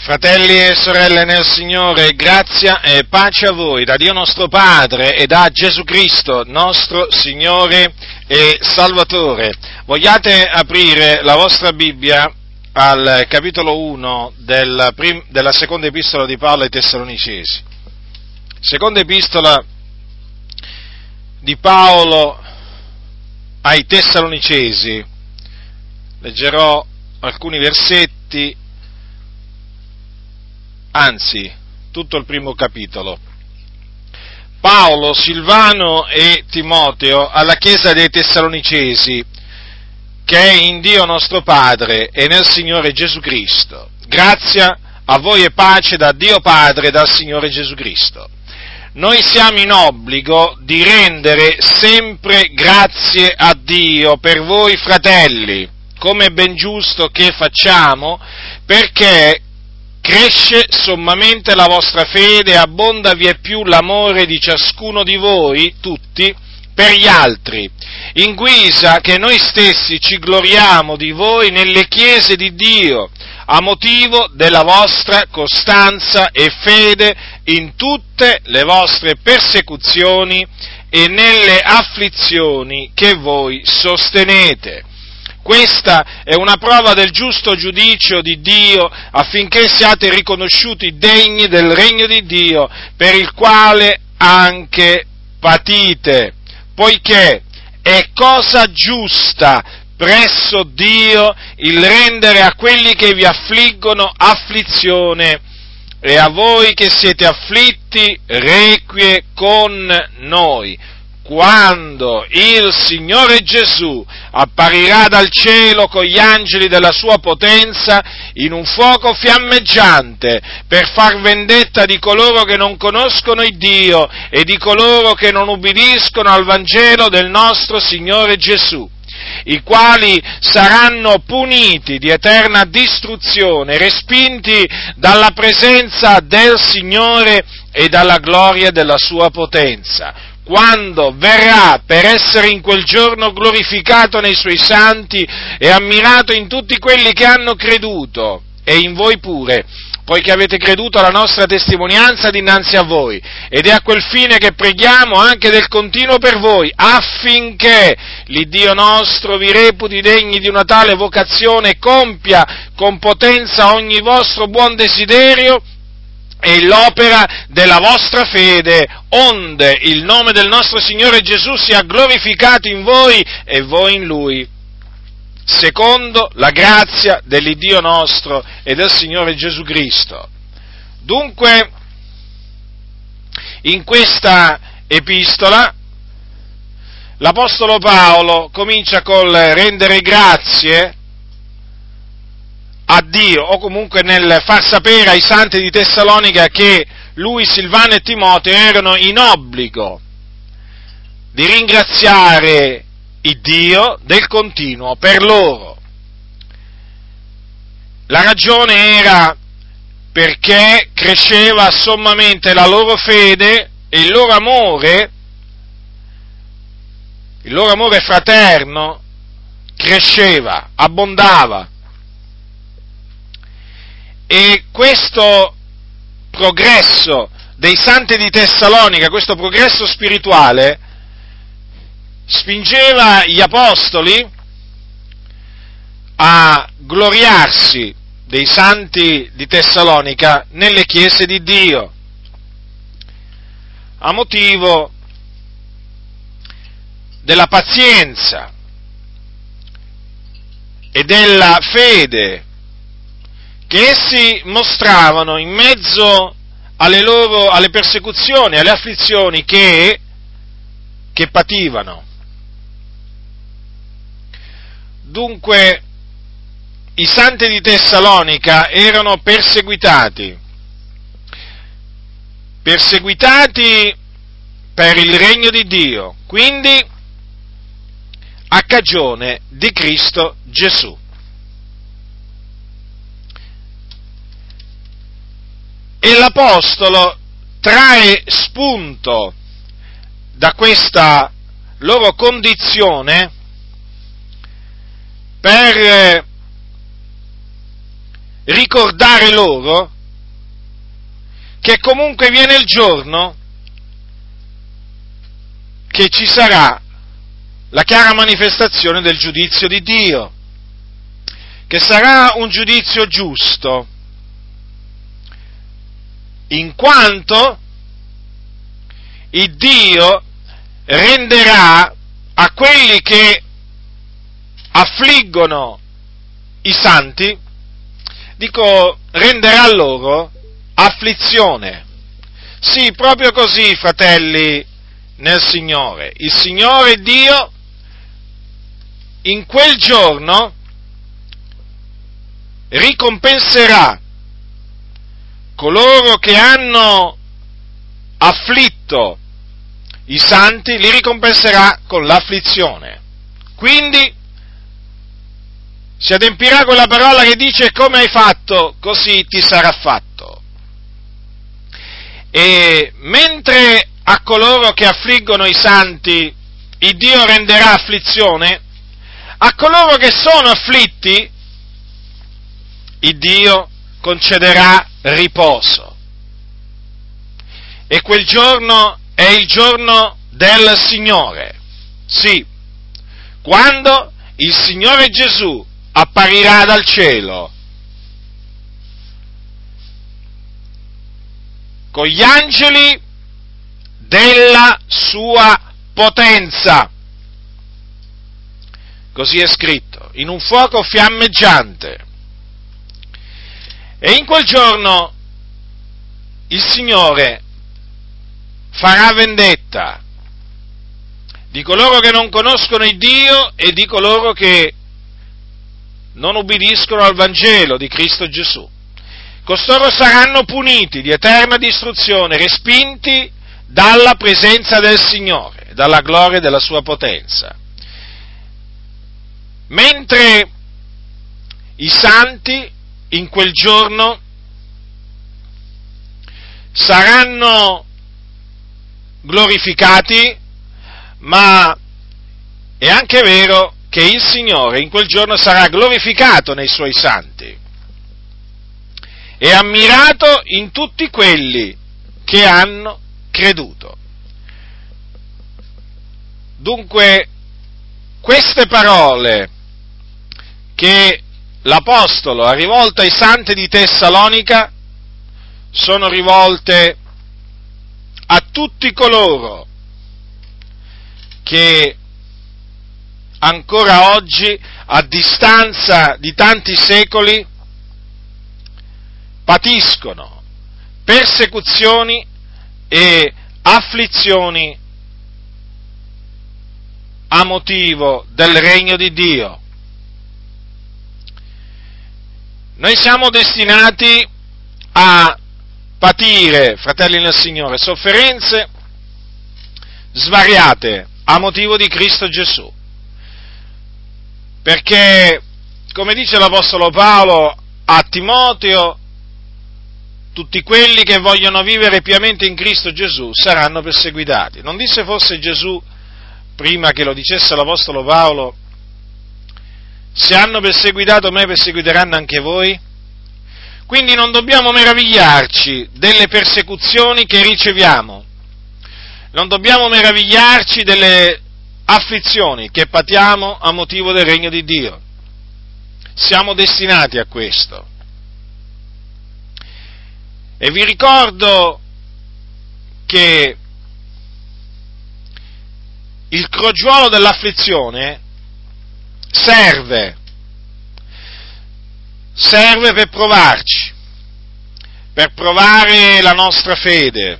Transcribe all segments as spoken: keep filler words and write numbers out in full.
Fratelli e sorelle nel Signore, grazia e pace a voi da Dio nostro Padre e da Gesù Cristo, nostro Signore e Salvatore. Vogliate aprire la vostra Bibbia al capitolo uno del prim- della seconda epistola di Paolo ai Tessalonicesi. Seconda epistola di Paolo ai Tessalonicesi. Leggerò alcuni versetti, anzi, tutto il primo capitolo. Paolo, Silvano e Timoteo alla Chiesa dei Tessalonicesi, che è in Dio nostro Padre e nel Signore Gesù Cristo. Grazia a voi e pace da Dio Padre e dal Signore Gesù Cristo. Noi siamo in obbligo di rendere sempre grazie a Dio per voi fratelli, come è ben giusto che facciamo, perché cresce sommamente la vostra fede e abbonda vie più l'amore di ciascuno di voi, tutti, per gli altri, in guisa che noi stessi ci gloriamo di voi nelle chiese di Dio, a motivo della vostra costanza e fede in tutte le vostre persecuzioni e nelle afflizioni che voi sostenete. Questa è una prova del giusto giudicio di Dio, affinché siate riconosciuti degni del regno di Dio, per il quale anche patite, poiché è cosa giusta presso Dio il rendere a quelli che vi affliggono afflizione, e a voi che siete afflitti requie con noi, quando il Signore Gesù apparirà dal cielo con gli angeli della sua potenza in un fuoco fiammeggiante, per far vendetta di coloro che non conoscono il Dio e di coloro che non ubbidiscono al Vangelo del nostro Signore Gesù, i quali saranno puniti di eterna distruzione, respinti dalla presenza del Signore e dalla gloria della sua potenza, quando verrà per essere in quel giorno glorificato nei suoi santi e ammirato in tutti quelli che hanno creduto, e in voi pure, poiché avete creduto alla nostra testimonianza dinanzi a voi, ed è a quel fine che preghiamo anche del continuo per voi, affinché l'Iddio nostro vi reputi degni di una tale vocazione e compia con potenza ogni vostro buon desiderio e l'opera della vostra fede, onde il nome del nostro Signore Gesù sia glorificato in voi e voi in Lui, secondo la grazia dell'Iddio nostro e del Signore Gesù Cristo. Dunque, in questa epistola, l'Apostolo Paolo comincia col rendere grazie a Dio, o comunque nel far sapere ai santi di Tessalonica che lui, Silvano e Timoteo erano in obbligo di ringraziare il Dio del continuo per loro. La ragione era perché cresceva sommamente la loro fede e il loro amore, il loro amore fraterno cresceva, abbondava. E questo progresso dei santi di Tessalonica, questo progresso spirituale, spingeva gli apostoli a gloriarsi dei santi di Tessalonica nelle chiese di Dio, a motivo della pazienza e della fede che essi mostravano in mezzo alle loro, alle persecuzioni, alle afflizioni che, che pativano. Dunque, i santi di Tessalonica erano perseguitati, perseguitati per il regno di Dio, quindi a cagione di Cristo Gesù. E l'Apostolo trae spunto da questa loro condizione per ricordare loro che comunque viene il giorno che ci sarà la chiara manifestazione del giudizio di Dio, che sarà un giudizio giusto, in quanto il Dio renderà a quelli che affliggono i santi, dico, renderà loro afflizione. Sì, proprio così, fratelli nel Signore. Il Signore Dio in quel giorno ricompenserà coloro che hanno afflitto i santi, li ricompenserà con l'afflizione. Quindi si adempirà quella parola che dice: come hai fatto, così ti sarà fatto. E mentre a coloro che affliggono i santi il Dio renderà afflizione, a coloro che sono afflitti il Dio concederà riposo. E quel giorno è il giorno del Signore, sì, quando il Signore Gesù apparirà dal cielo con gli angeli della sua potenza. Così è scritto, in un fuoco fiammeggiante. E in quel giorno il Signore farà vendetta di coloro che non conoscono il Dio e di coloro che non ubbidiscono al Vangelo di Cristo Gesù. Costoro saranno puniti di eterna distruzione, respinti dalla presenza del Signore, dalla gloria della sua potenza. Mentre i santi in quel giorno saranno glorificati, ma è anche vero che il Signore in quel giorno sarà glorificato nei suoi santi e ammirato in tutti quelli che hanno creduto. Dunque, queste parole che l'Apostolo ha rivolto ai santi di Tessalonica sono rivolte a tutti coloro che ancora oggi, a distanza di tanti secoli, patiscono persecuzioni e afflizioni a motivo del regno di Dio. Noi siamo destinati a patire, fratelli nel Signore, sofferenze svariate a motivo di Cristo Gesù, perché, come dice l'Apostolo Paolo a Timoteo, tutti quelli che vogliono vivere piamente in Cristo Gesù saranno perseguitati. Non disse forse Gesù, prima che lo dicesse l'Apostolo Paolo: se hanno perseguitato me, perseguiteranno anche voi? Quindi non dobbiamo meravigliarci delle persecuzioni che riceviamo, non dobbiamo meravigliarci delle afflizioni che patiamo a motivo del regno di Dio. Siamo destinati a questo. E vi ricordo che il crogiuolo dell'afflizione serve, serve per provarci, per provare la nostra fede.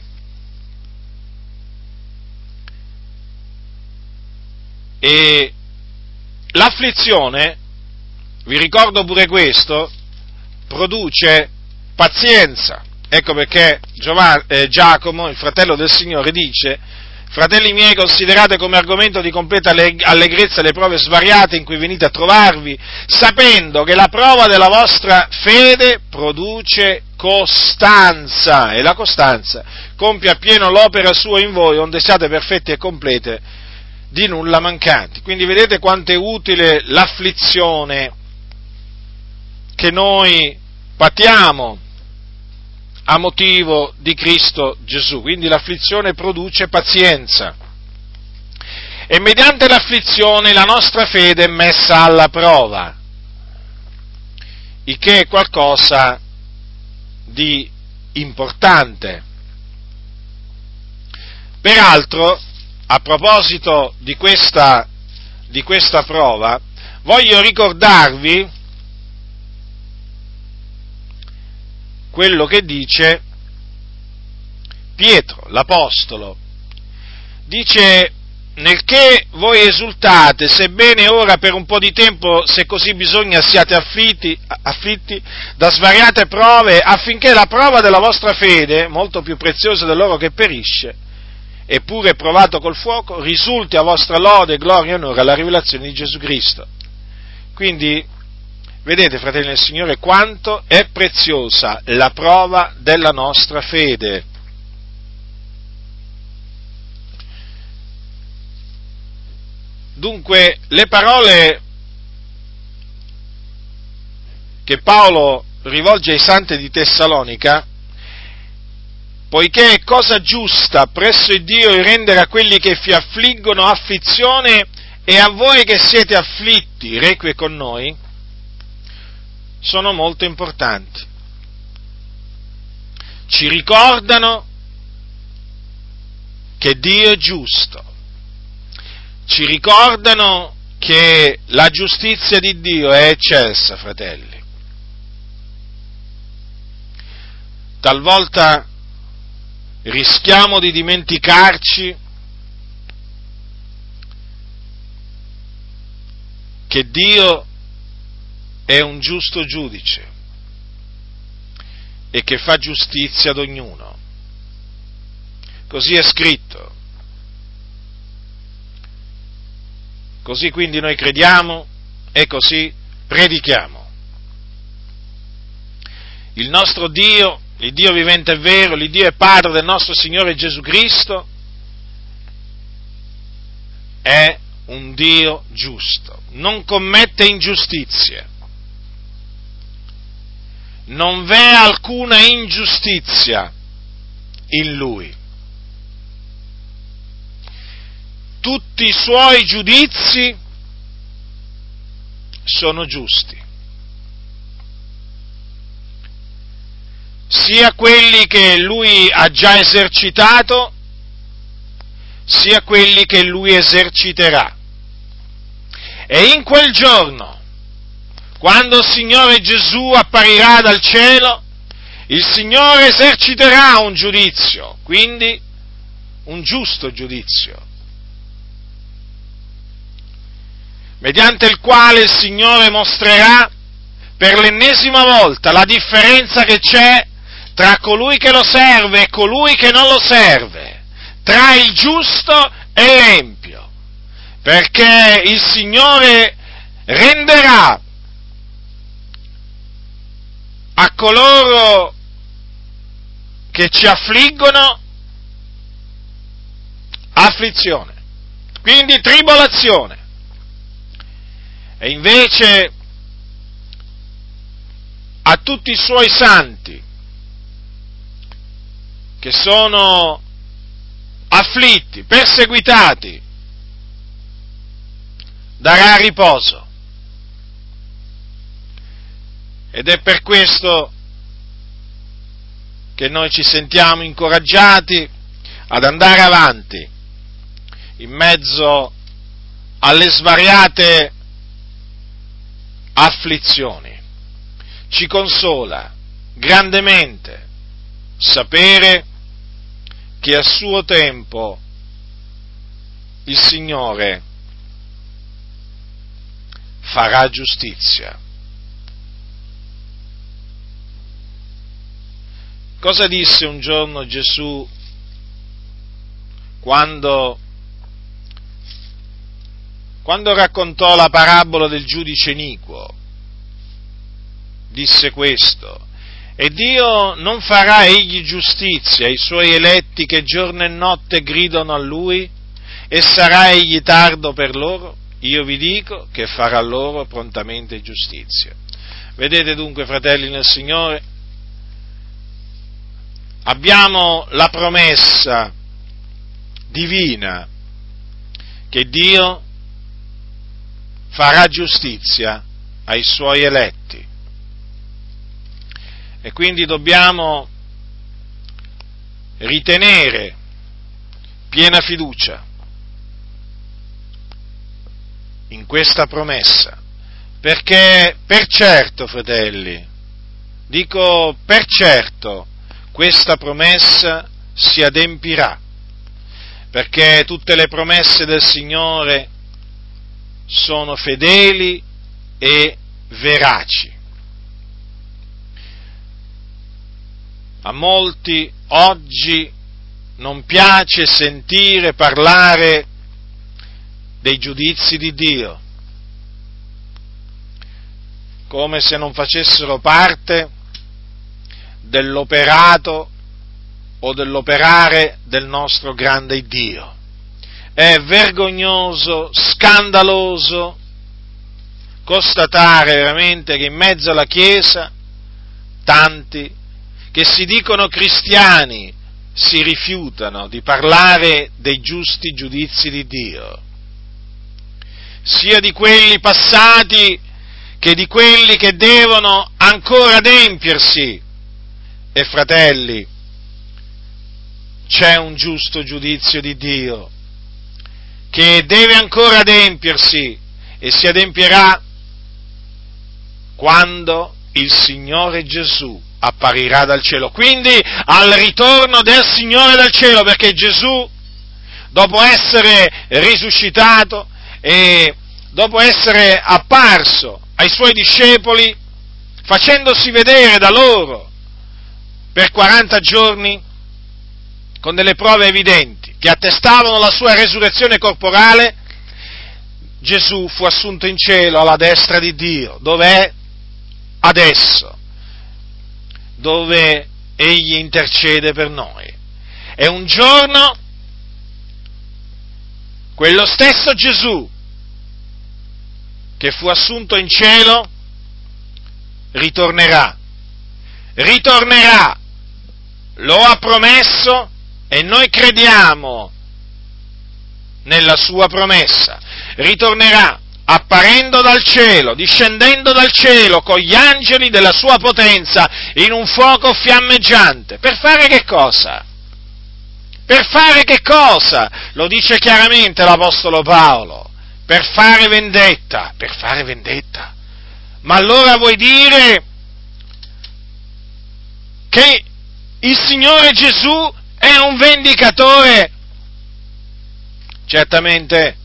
E l'afflizione, vi ricordo pure questo, produce pazienza. Ecco perché Giovanni, eh, Giacomo, il fratello del Signore, dice: fratelli miei, considerate come argomento di completa allegrezza le prove svariate in cui venite a trovarvi, sapendo che la prova della vostra fede produce costanza, e la costanza compie appieno l'opera sua in voi, onde siate perfetti e complete, di nulla mancanti. Quindi vedete quanto è utile l'afflizione che noi patiamo a motivo di Cristo Gesù. Quindi l'afflizione produce pazienza. E mediante l'afflizione la nostra fede è messa alla prova, il che è qualcosa di importante. Peraltro, a proposito di questa, di questa prova, voglio ricordarvi quello che dice Pietro, l'Apostolo. Dice: nel che voi esultate, sebbene ora per un po' di tempo, se così bisogna, siate afflitti, afflitti da svariate prove, affinché la prova della vostra fede, molto più preziosa dell'oro che perisce, eppure provato col fuoco, risulti a vostra lode, gloria e onore alla rivelazione di Gesù Cristo. Quindi, vedete, fratelli del Signore, quanto è preziosa la prova della nostra fede. Dunque, le parole che Paolo rivolge ai santi di Tessalonica, poiché è cosa giusta presso il Dio il rendere a quelli che vi affliggono afflizione e a voi che siete afflitti requie con noi, sono molto importanti. Ci ricordano che Dio è giusto. Ci ricordano che la giustizia di Dio è eccelsa, fratelli. Talvolta rischiamo di dimenticarci che Dio è un giusto giudice e che fa giustizia ad ognuno. Così è scritto. Così quindi noi crediamo e così predichiamo. Il nostro Dio, il Dio vivente e vero, il Dio e Padre del nostro Signore Gesù Cristo, è un Dio giusto, non commette ingiustizie, non v'è alcuna ingiustizia in Lui. Tutti i suoi giudizi sono giusti, sia quelli che lui ha già esercitato, sia quelli che lui eserciterà. E in quel giorno, quando il Signore Gesù apparirà dal cielo, il Signore eserciterà un giudizio, quindi un giusto giudizio, mediante il quale il Signore mostrerà per l'ennesima volta la differenza che c'è tra colui che lo serve e colui che non lo serve, tra il giusto e l'empio, perché il Signore renderà a coloro che ci affliggono afflizione, quindi tribolazione. E invece a tutti i suoi santi che sono afflitti, perseguitati, darà riposo. Ed è per questo che noi ci sentiamo incoraggiati ad andare avanti in mezzo alle svariate afflizioni. Ci consola grandemente sapere che a suo tempo il Signore farà giustizia. Cosa disse un giorno Gesù quando, quando raccontò la parabola del giudice iniquo? Disse questo: e Dio non farà egli giustizia ai suoi eletti che giorno e notte gridano a Lui, e sarà egli tardo per loro? Io vi dico che farà loro prontamente giustizia. Vedete dunque, fratelli nel Signore, abbiamo la promessa divina che Dio farà giustizia ai suoi eletti. E quindi dobbiamo ritenere piena fiducia in questa promessa, perché per certo, fratelli, dico per certo, questa promessa si adempirà, perché tutte le promesse del Signore sono fedeli e veraci. A molti oggi non piace sentire parlare dei giudizi di Dio, come se non facessero parte dell'operato o dell'operare del nostro grande Dio. È vergognoso, scandaloso constatare veramente che in mezzo alla Chiesa tanti che si dicono cristiani si rifiutano di parlare dei giusti giudizi di Dio, sia di quelli passati che di quelli che devono ancora adempiersi. E fratelli, c'è un giusto giudizio di Dio che deve ancora adempiersi e si adempierà quando il Signore Gesù apparirà dal cielo, quindi al ritorno del Signore dal cielo, perché Gesù, dopo essere risuscitato e dopo essere apparso ai Suoi discepoli, facendosi vedere da loro per quaranta giorni, con delle prove evidenti che attestavano la Sua resurrezione corporale, Gesù fu assunto in cielo alla destra di Dio, dove è adesso, dove Egli intercede per noi. E un giorno quello stesso Gesù che fu assunto in cielo ritornerà, ritornerà, lo ha promesso e noi crediamo nella sua promessa, ritornerà apparendo dal cielo, discendendo dal cielo con gli angeli della sua potenza in un fuoco fiammeggiante. Per fare che cosa? Per fare che cosa? Lo dice chiaramente l'Apostolo Paolo. Per fare vendetta, per fare vendetta. Ma allora vuoi dire che il Signore Gesù è un vendicatore? Certamente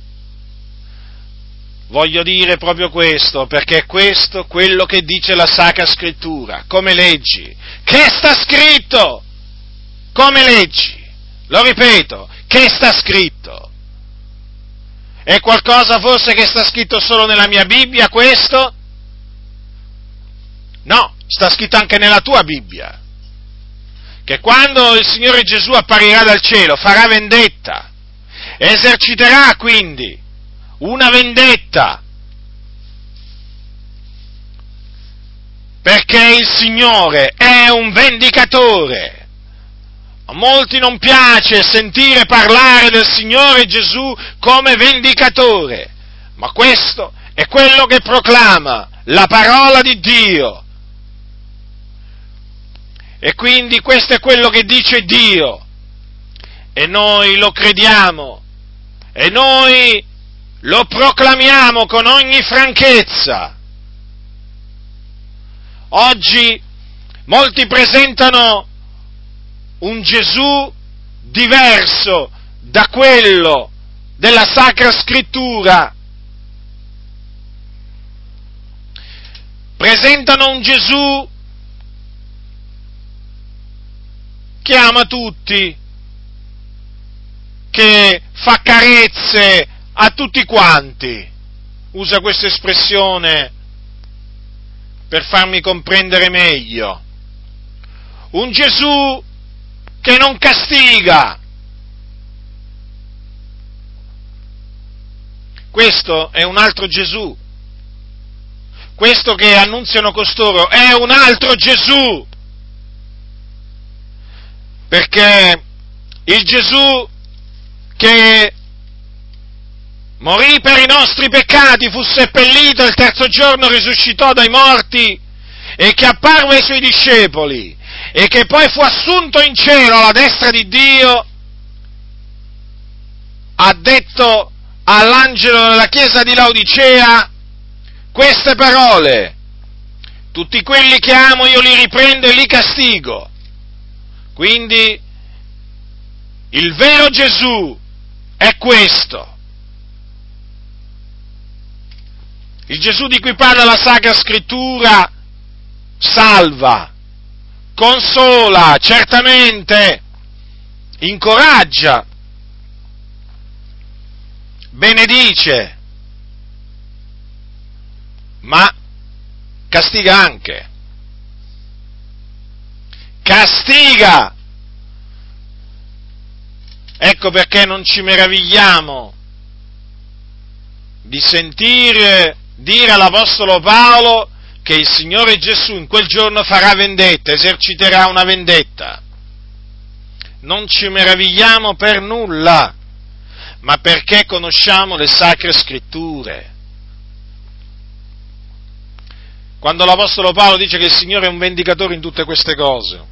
voglio dire proprio questo, perché è questo quello che dice la Sacra Scrittura, come leggi. Che sta scritto? Come leggi? Lo ripeto, che sta scritto? È qualcosa forse che sta scritto solo nella mia Bibbia questo? No, sta scritto anche nella tua Bibbia, che quando il Signore Gesù apparirà dal cielo farà vendetta, eserciterà quindi una vendetta, perché il Signore è un vendicatore. A molti non piace sentire parlare del Signore Gesù come vendicatore, ma questo è quello che proclama la parola di Dio. E quindi questo è quello che dice Dio, e noi lo crediamo, e noi lo proclamiamo con ogni franchezza. Oggi molti presentano un Gesù diverso da quello della Sacra Scrittura. Presentano un Gesù che ama tutti, che fa carezze a tutti quanti. Usa questa espressione per farmi comprendere meglio. Un Gesù che non castiga. Questo è un altro Gesù. Questo che annunziano costoro è un altro Gesù. perché il Gesù che morì per i nostri peccati, fu seppellito, il terzo giorno risuscitò dai morti e che apparve ai suoi discepoli e che poi fu assunto in cielo alla destra di Dio, ha detto all'angelo della chiesa di Laodicea queste parole: tutti quelli che amo io li riprendo e li castigo. Quindi il vero Gesù è questo. Il Gesù di cui parla la Sacra Scrittura salva, consola, certamente, incoraggia, benedice, ma castiga anche. Castiga! Ecco perché non ci meravigliamo di sentire dire all'Apostolo Paolo che il Signore Gesù in quel giorno farà vendetta, eserciterà una vendetta. Non ci meravigliamo per nulla, ma perché conosciamo le Sacre Scritture. Quando l'Apostolo Paolo dice che il Signore è un vendicatore in tutte queste cose,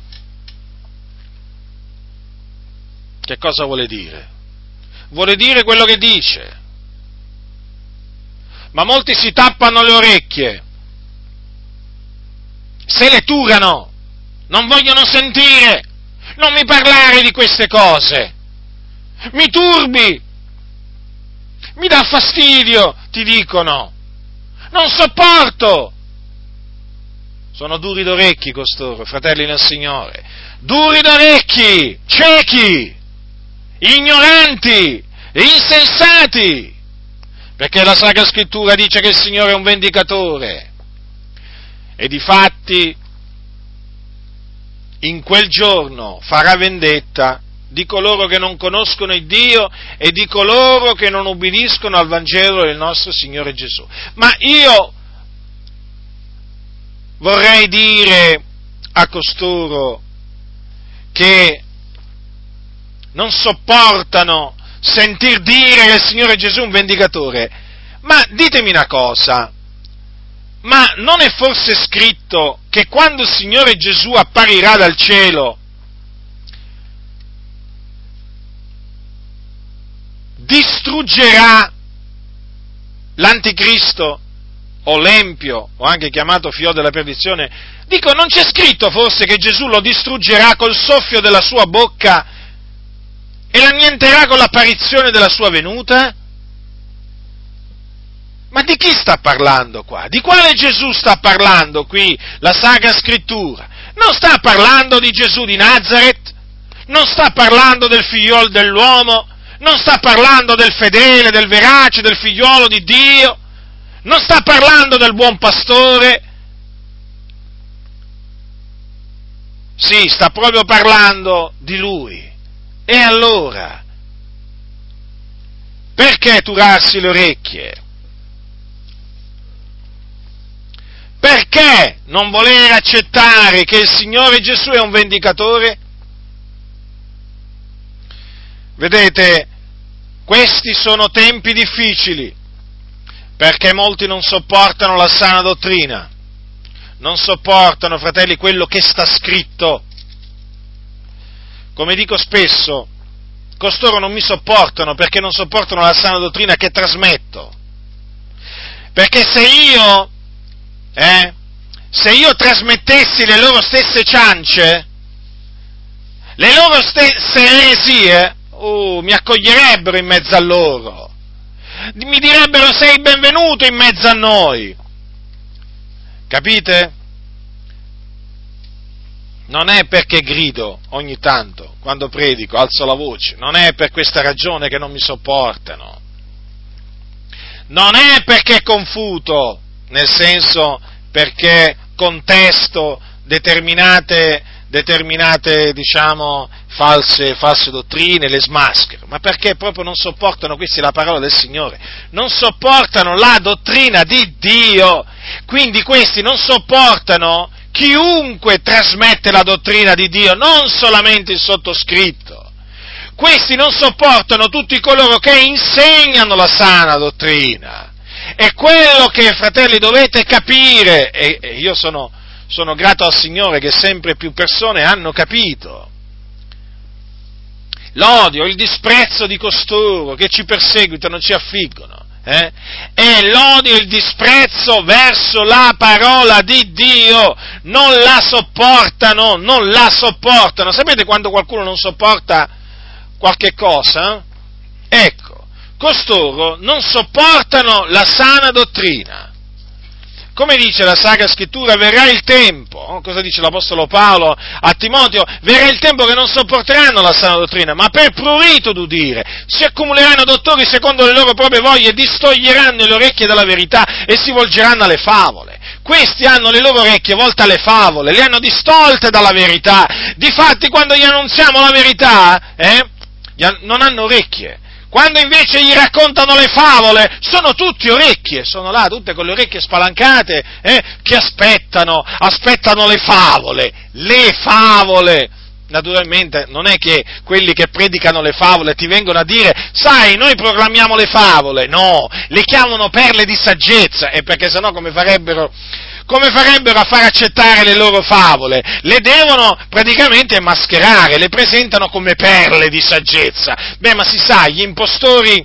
che cosa vuole dire? Vuole dire quello che dice. Ma molti si tappano le orecchie, se le turano, non vogliono sentire, non mi parlare di queste cose, mi turbi, mi dà fastidio, ti dicono, non sopporto. Sono duri d'orecchi costoro, fratelli nel Signore, duri d'orecchi, ciechi, ignoranti, insensati, perché la Sacra Scrittura dice che il Signore è un vendicatore, e difatti in quel giorno farà vendetta di coloro che non conoscono il Dio e di coloro che non ubbidiscono al Vangelo del nostro Signore Gesù. Ma io vorrei dire a costoro che non sopportano sentir dire che il Signore Gesù è un vendicatore, ma ditemi una cosa, ma non è forse scritto che quando il Signore Gesù apparirà dal cielo distruggerà l'anticristo o l'empio, o anche chiamato figlio della perdizione? Dico, non c'è scritto forse che Gesù lo distruggerà col soffio della sua bocca e l'annienterà con l'apparizione della sua venuta? Ma di chi sta parlando qua? Di quale Gesù sta parlando qui la Sacra Scrittura? Non sta parlando di Gesù di Nazaret, non sta parlando del figliolo dell'uomo, non sta parlando del fedele, del verace, del figliolo di Dio, non sta parlando del buon pastore. Sì, sta proprio parlando di Lui. E allora, perché turarsi le orecchie? Perché non voler accettare che il Signore Gesù è un vendicatore? Vedete, questi sono tempi difficili, perché molti non sopportano la sana dottrina, non sopportano, fratelli, quello che sta scritto. Come dico spesso, costoro non mi sopportano perché non sopportano la sana dottrina che trasmetto. Perché se io, eh, se io trasmettessi le loro stesse ciance, le loro stesse eresie, oh, mi accoglierebbero in mezzo a loro, mi direbbero sei benvenuto in mezzo a noi, capite? Non è perché grido ogni tanto, quando predico, alzo la voce, non è per questa ragione che non mi sopportano, non è perché confuto, nel senso perché contesto determinate, determinate diciamo, false, false dottrine, le smaschero, ma perché proprio non sopportano, questa è la parola del Signore, non sopportano la dottrina di Dio, quindi questi non sopportano chiunque trasmette la dottrina di Dio, non solamente il sottoscritto. Questi non sopportano tutti coloro che insegnano la sana dottrina. È quello che, fratelli, dovete capire, e, e io sono, sono grato al Signore che sempre più persone hanno capito. L'odio, il disprezzo di costoro che ci perseguitano, ci affliggono, eh? è l'odio e il disprezzo verso la parola di Dio, non la sopportano, non la sopportano. Sapete quando qualcuno non sopporta qualche cosa? Ecco, costoro non sopportano la sana dottrina. Come dice la Sacra Scrittura, verrà il tempo, cosa dice l'Apostolo Paolo a Timoteo? Verrà il tempo che non sopporteranno la sana dottrina, ma per prurito d'udire si accumuleranno dottori secondo le loro proprie voglie, distoglieranno le orecchie dalla verità e si volgeranno alle favole. Questi hanno le loro orecchie volte alle favole, le hanno distolte dalla verità. Difatti, quando gli annunziamo la verità, eh, non hanno orecchie. Quando invece gli raccontano le favole, sono tutti orecchie, sono là tutte con le orecchie spalancate, eh, che aspettano, aspettano le favole, le favole. Naturalmente non è che quelli che predicano le favole ti vengono a dire, sai, noi proclamiamo le favole, no, le chiamano perle di saggezza, e perché sennò come farebbero... come farebbero a far accettare le loro favole? Le devono praticamente mascherare, le presentano come perle di saggezza. Beh, ma si sa, gli impostori,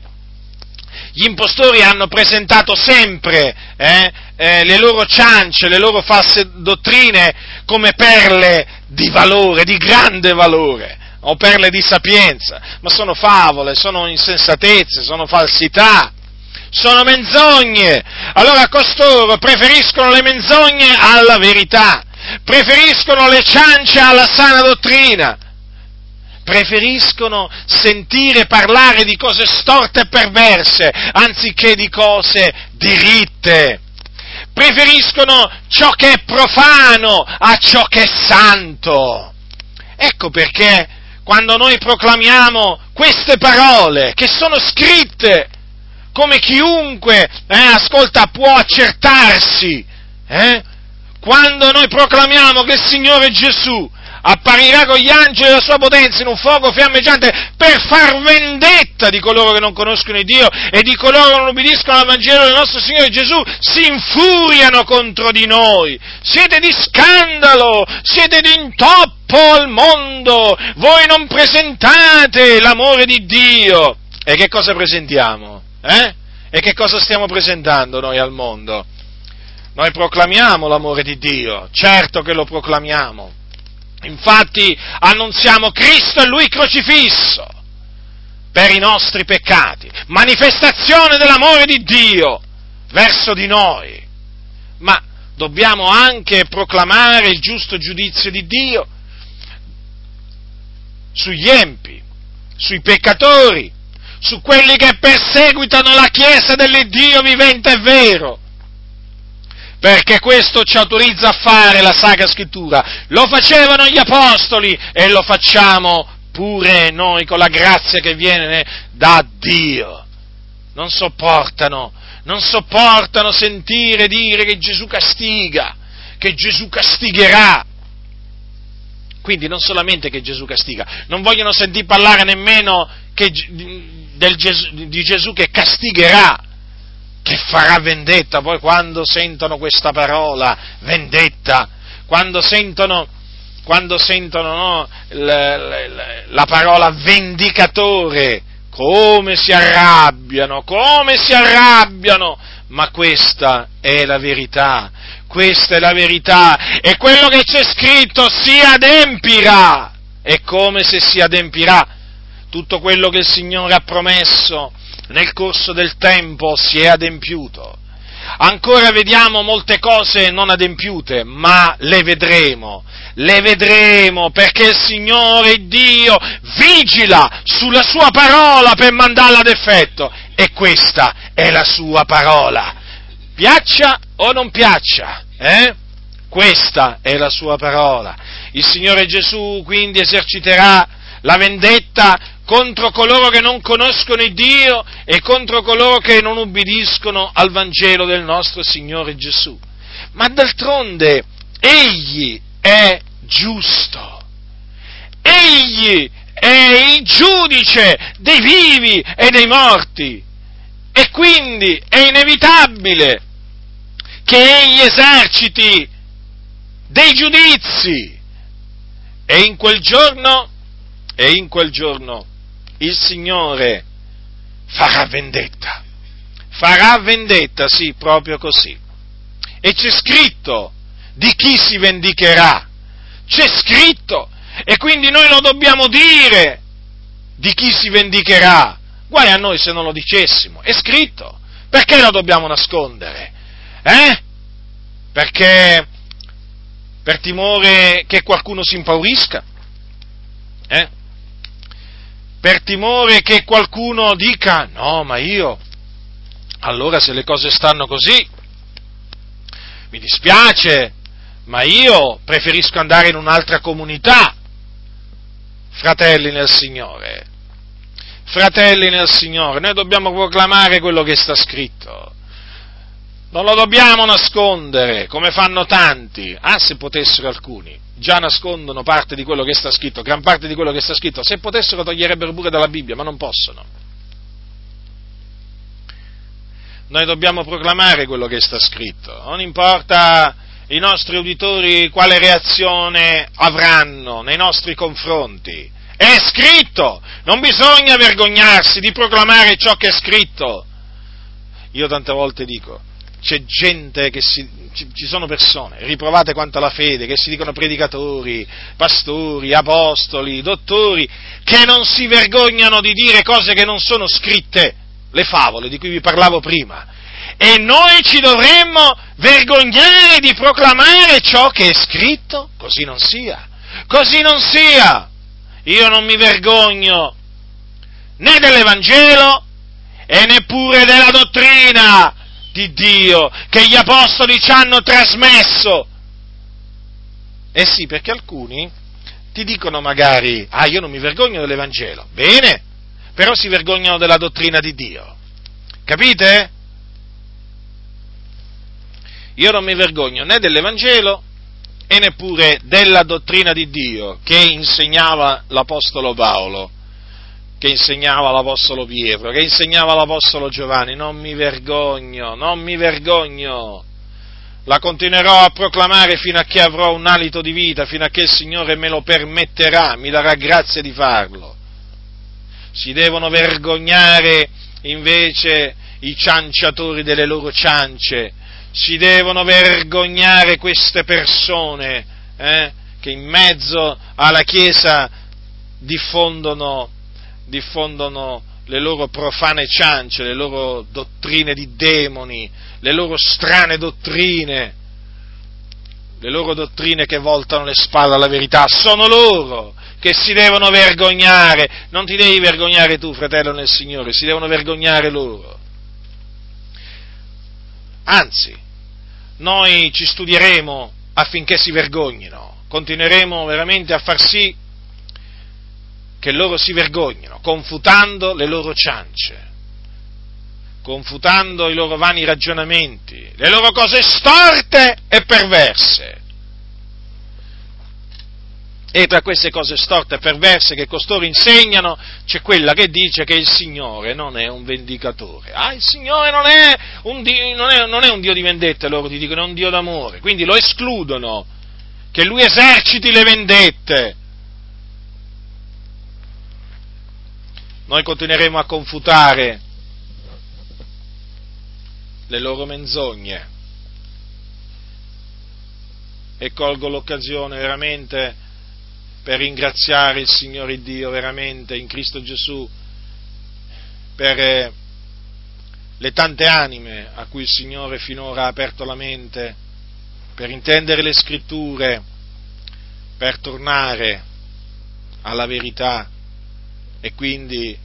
gli impostori hanno presentato sempre eh, eh, le loro ciance, le loro false dottrine come perle di valore, di grande valore, o perle di sapienza, ma sono favole, sono insensatezze, sono falsità. Sono menzogne. Allora costoro preferiscono le menzogne alla verità, preferiscono le ciance alla sana dottrina, preferiscono sentire parlare di cose storte e perverse anziché di cose diritte, preferiscono ciò che è profano a ciò che è santo. Ecco perché quando noi proclamiamo queste parole che sono scritte, come chiunque eh, ascolta può accertarsi, eh? Quando noi proclamiamo che il Signore Gesù apparirà con gli angeli della sua potenza in un fuoco fiammeggiante per far vendetta di coloro che non conoscono il Dio e di coloro che non ubbidiscono al Vangelo del nostro Signore Gesù, si infuriano contro di noi. Siete di scandalo, siete di intoppo al mondo, voi non presentate l'amore di Dio. E che cosa presentiamo? Eh? E che cosa stiamo presentando noi al mondo? Noi proclamiamo l'amore di Dio, certo che lo proclamiamo. Infatti annunziamo Cristo e Lui crocifisso per i nostri peccati, manifestazione dell'amore di Dio verso di noi. Ma dobbiamo anche proclamare il giusto giudizio di Dio sugli empi, sui peccatori, su quelli che perseguitano la Chiesa dell'Iddio vivente e vero, perché questo ci autorizza a fare la Sacra Scrittura. Lo facevano gli Apostoli e lo facciamo pure noi con la grazia che viene da Dio. Non sopportano, non sopportano sentire dire che Gesù castiga, che Gesù castigherà. Quindi non solamente che Gesù castiga, non vogliono sentire parlare nemmeno che, del Gesù, di Gesù che castigherà, che farà vendetta. Poi quando sentono questa parola, vendetta, quando sentono, quando sentono no, la, la, la parola vendicatore, come si arrabbiano, come si arrabbiano, ma questa è la verità. Questa è la verità, e quello che c'è scritto si adempirà, è come se si adempirà. Tutto quello che il Signore ha promesso nel corso del tempo si è adempiuto. Ancora vediamo molte cose non adempiute, ma le vedremo, le vedremo, perché il Signore Dio vigila sulla sua parola per mandarla ad effetto, e questa è la sua parola. Piaccia o non piaccia, eh? Questa è la sua parola. Il Signore Gesù quindi eserciterà la vendetta contro coloro che non conoscono il Dio e contro coloro che non ubbidiscono al Vangelo del nostro Signore Gesù. Ma d'altronde Egli è giusto. Egli è il giudice dei vivi e dei morti. E quindi è inevitabile che egli eserciti dei giudizi. E in quel giorno, e in quel giorno, il Signore farà vendetta. Farà vendetta, sì, proprio così. E c'è scritto di chi si vendicherà. C'è scritto. E quindi noi lo dobbiamo dire di chi si vendicherà. Guai a noi se non lo dicessimo. È scritto. Perché lo dobbiamo nascondere? Eh? Perché per timore che qualcuno si impaurisca? Eh? Per timore che qualcuno dica, no, ma io, allora se le cose stanno così, mi dispiace, ma io preferisco andare in un'altra comunità. Fratelli nel Signore, fratelli nel Signore, noi dobbiamo proclamare quello che sta scritto. Non lo dobbiamo nascondere, come fanno tanti. Ah, se potessero alcuni. Già nascondono parte di quello che sta scritto, gran parte di quello che sta scritto. Se potessero toglierebbero pure dalla Bibbia, ma non possono. Noi dobbiamo proclamare quello che sta scritto. Non importa i nostri uditori quale reazione avranno nei nostri confronti. È scritto! Non bisogna vergognarsi di proclamare ciò che è scritto. Io tante volte dico, c'è gente che si, ci sono persone riprovate quanto alla fede, che si dicono predicatori, pastori, apostoli, dottori, che non si vergognano di dire cose che non sono scritte, le favole di cui vi parlavo prima, e noi ci dovremmo vergognare di proclamare ciò che è scritto? Così non sia, così non sia. Io non mi vergogno né dell'Evangelo e neppure della dottrina di Dio che gli apostoli ci hanno trasmesso. Eh sì, perché alcuni ti dicono magari, ah, io non mi vergogno dell'Evangelo, bene, però si vergognano della dottrina di Dio, capite? Io non mi vergogno né dell'Evangelo e neppure della dottrina di Dio che insegnava l'Apostolo Paolo, che insegnava l'Apostolo Pietro, che insegnava l'Apostolo Giovanni. Non mi vergogno, non mi vergogno. La continuerò a proclamare fino a che avrò un alito di vita, fino a che il Signore me lo permetterà, mi darà grazia di farlo. Si devono vergognare invece i cianciatori delle loro ciance, si devono vergognare queste persone eh, che in mezzo alla Chiesa diffondono, diffondono le loro profane ciance, le loro dottrine di demoni, le loro strane dottrine, le loro dottrine che voltano le spalle alla verità. Sono loro che si devono vergognare. Non ti devi vergognare tu, fratello nel Signore, si devono vergognare loro. Anzi, noi ci studieremo affinché si vergognino, continueremo veramente a far sì che loro si vergognino, confutando le loro ciance, confutando i loro vani ragionamenti, le loro cose storte e perverse. E tra queste cose storte e perverse che costoro insegnano c'è quella che dice che il Signore non è un vendicatore. Ah, il Signore non è un Dio, non è, non è un Dio di vendette, loro ti dicono, è un Dio d'amore, quindi lo escludono, che Lui eserciti le vendette. Noi continueremo a confutare le loro menzogne e colgo l'occasione veramente per ringraziare il Signore Dio veramente in Cristo Gesù per le tante anime a cui il Signore finora ha aperto la mente per intendere le Scritture, per tornare alla verità e quindi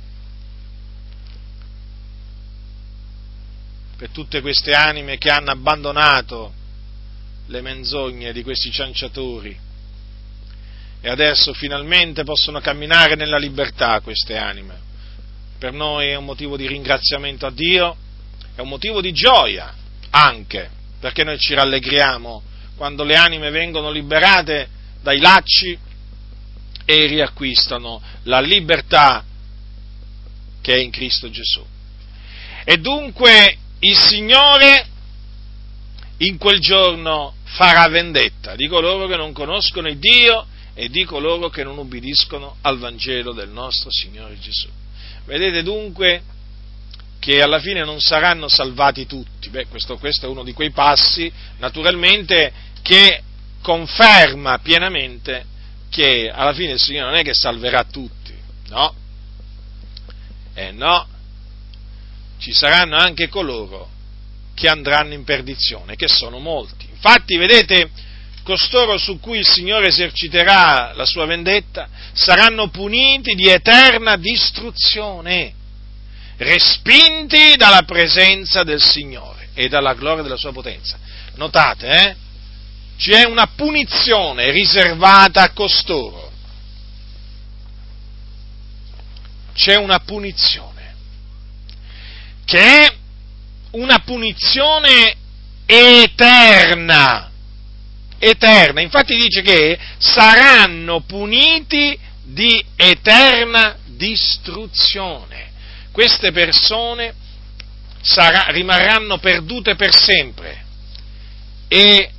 per tutte queste anime che hanno abbandonato le menzogne di questi cianciatori e adesso finalmente possono camminare nella libertà queste anime. Per noi è un motivo di ringraziamento a Dio, è un motivo di gioia anche, perché noi ci rallegriamo quando le anime vengono liberate dai lacci e riacquistano la libertà che è in Cristo Gesù. E dunque il Signore in quel giorno farà vendetta di coloro che non conoscono il Dio e di coloro che non ubbidiscono al Vangelo del nostro Signore Gesù. Vedete dunque che alla fine non saranno salvati tutti. Beh, questo, questo è uno di quei passi, naturalmente, che conferma pienamente che alla fine il Signore non è che salverà tutti, no? Eh no, ci saranno anche coloro che andranno in perdizione, che sono molti. Infatti, vedete, costoro su cui il Signore eserciterà la sua vendetta saranno puniti di eterna distruzione, respinti dalla presenza del Signore e dalla gloria della sua potenza. Notate, eh? C'è una punizione riservata a costoro. C'è una punizione, che è una punizione eterna, eterna. Infatti dice che saranno puniti di eterna distruzione. Queste persone sarà, rimarranno perdute per sempre. E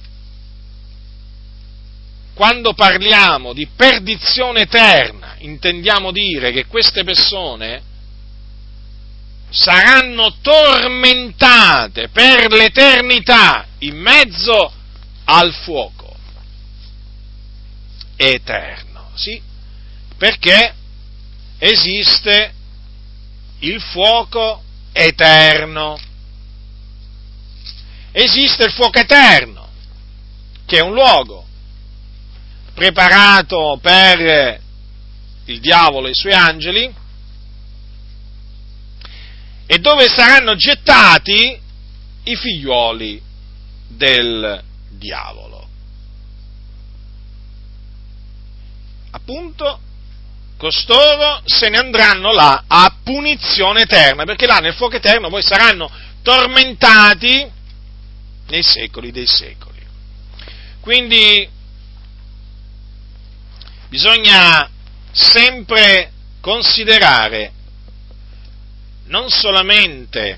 quando parliamo di perdizione eterna, intendiamo dire che queste persone saranno tormentate per l'eternità in mezzo al fuoco eterno, sì, perché esiste il fuoco eterno, esiste il fuoco eterno, che è un luogo preparato per il diavolo e i suoi angeli, e dove saranno gettati i figliuoli del diavolo. Appunto, costoro se ne andranno là a punizione eterna, perché là nel fuoco eterno poi saranno tormentati nei secoli dei secoli. Quindi bisogna sempre considerare non solamente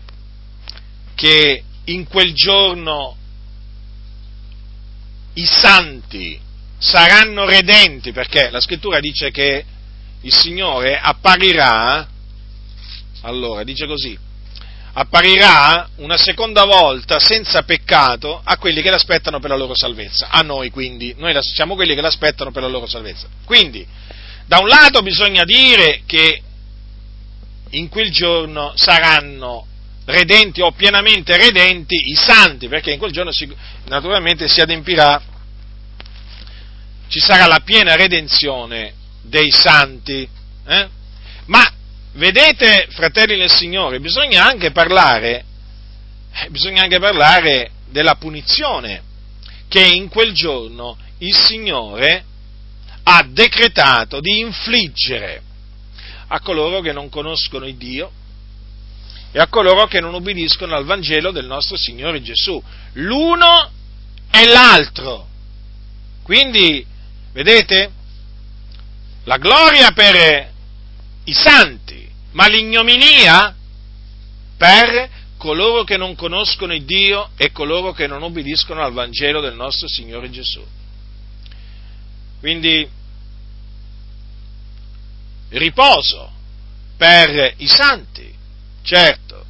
che in quel giorno i santi saranno redenti, perché la Scrittura dice che il Signore apparirà, allora dice così, apparirà una seconda volta senza peccato a quelli che l'aspettano per la loro salvezza, a noi quindi, noi siamo quelli che l'aspettano per la loro salvezza. Quindi, da un lato bisogna dire che in quel giorno saranno redenti o pienamente redenti i santi, perché in quel giorno si, naturalmente si adempirà, ci sarà la piena redenzione dei santi. Eh? Ma vedete, fratelli nel Signore, bisogna anche parlare, eh, bisogna anche parlare della punizione che in quel giorno il Signore ha decretato di infliggere a coloro che non conoscono il Dio e a coloro che non ubbidiscono al Vangelo del nostro Signore Gesù, l'uno e l'altro. Quindi, vedete, la gloria per i santi, ma l'ignominia per coloro che non conoscono il Dio e coloro che non ubbidiscono al Vangelo del nostro Signore Gesù. Quindi, riposo per i santi, certo,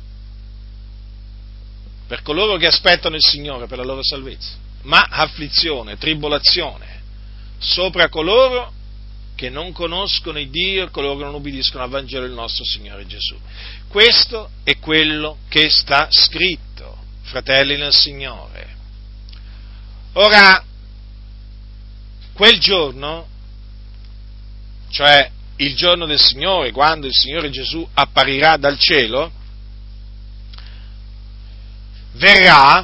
per coloro che aspettano il Signore per la loro salvezza, ma afflizione, tribolazione sopra coloro che non conoscono il Dio e coloro che non ubbidiscono al Vangelo del nostro Signore Gesù. Questo è quello che sta scritto, fratelli nel Signore. Ora, quel giorno, cioè il giorno del Signore, quando il Signore Gesù apparirà dal cielo, verrà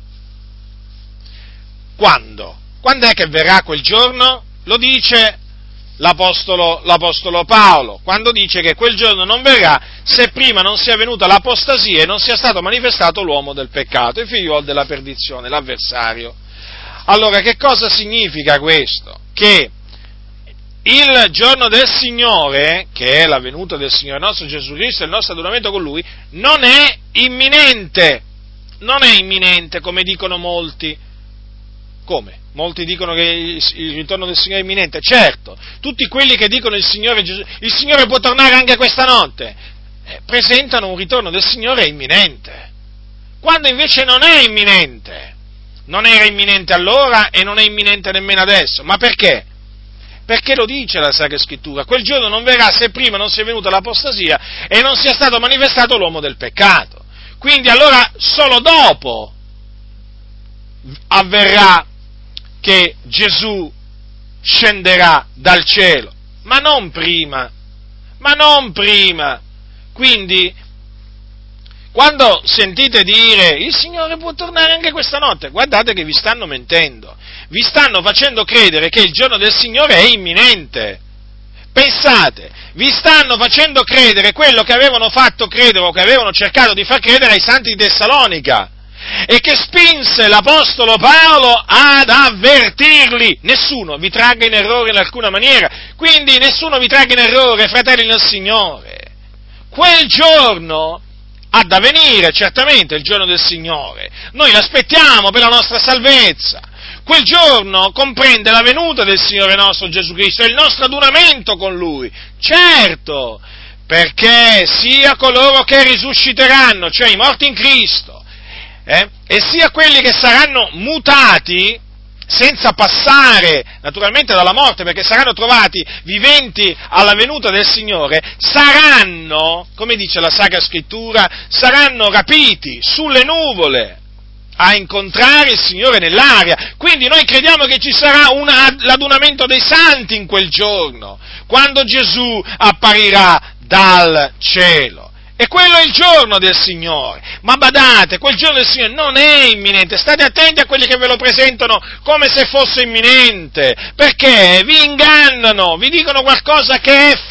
quando? Quando è che verrà quel giorno? Lo dice l'Apostolo, l'Apostolo Paolo, quando dice che quel giorno non verrà se prima non sia venuta l'apostasia e non sia stato manifestato l'uomo del peccato, il figliuolo della perdizione, l'avversario. Allora, che cosa significa questo? Che il giorno del Signore, che è la venuta del Signore nostro Gesù Cristo e il nostro adunamento con Lui, non è imminente, non è imminente come dicono molti. Come? Molti dicono che il ritorno del Signore è imminente. Certo, tutti quelli che dicono il Signore, Gesù, il Signore può tornare anche questa notte, eh, presentano un ritorno del Signore imminente, quando invece non è imminente. Non era imminente allora e non è imminente nemmeno adesso. Ma perché? Perché lo dice la Sacra Scrittura, quel giorno non verrà se prima non sia venuta l'apostasia e non sia stato manifestato l'uomo del peccato. Quindi allora solo dopo avverrà che Gesù scenderà dal cielo, ma non prima, ma non prima. Quindi, quando sentite dire il Signore può tornare anche questa notte, guardate che vi stanno mentendo, vi stanno facendo credere che il giorno del Signore è imminente. Pensate, vi stanno facendo credere quello che avevano fatto credere o che avevano cercato di far credere ai santi di Tessalonica e che spinse l'Apostolo Paolo ad avvertirli. Nessuno vi tragga in errore in alcuna maniera, quindi nessuno vi tragga in errore, fratelli nel Signore. Quel giorno ha da venire, certamente, il giorno del Signore. Noi l'aspettiamo per la nostra salvezza. Quel giorno comprende la venuta del Signore nostro Gesù Cristo e il nostro adunamento con Lui. Certo, perché sia coloro che risusciteranno, cioè i morti in Cristo, eh, e sia quelli che saranno mutati, senza passare naturalmente dalla morte, perché saranno trovati viventi alla venuta del Signore, saranno, come dice la Sacra Scrittura, saranno rapiti sulle nuvole a incontrare il Signore nell'aria. Quindi noi crediamo che ci sarà una, l'adunamento dei santi in quel giorno, quando Gesù apparirà dal cielo. E quello è il giorno del Signore, ma badate, quel giorno del Signore non è imminente, state attenti a quelli che ve lo presentano come se fosse imminente, perché vi ingannano, vi dicono qualcosa che è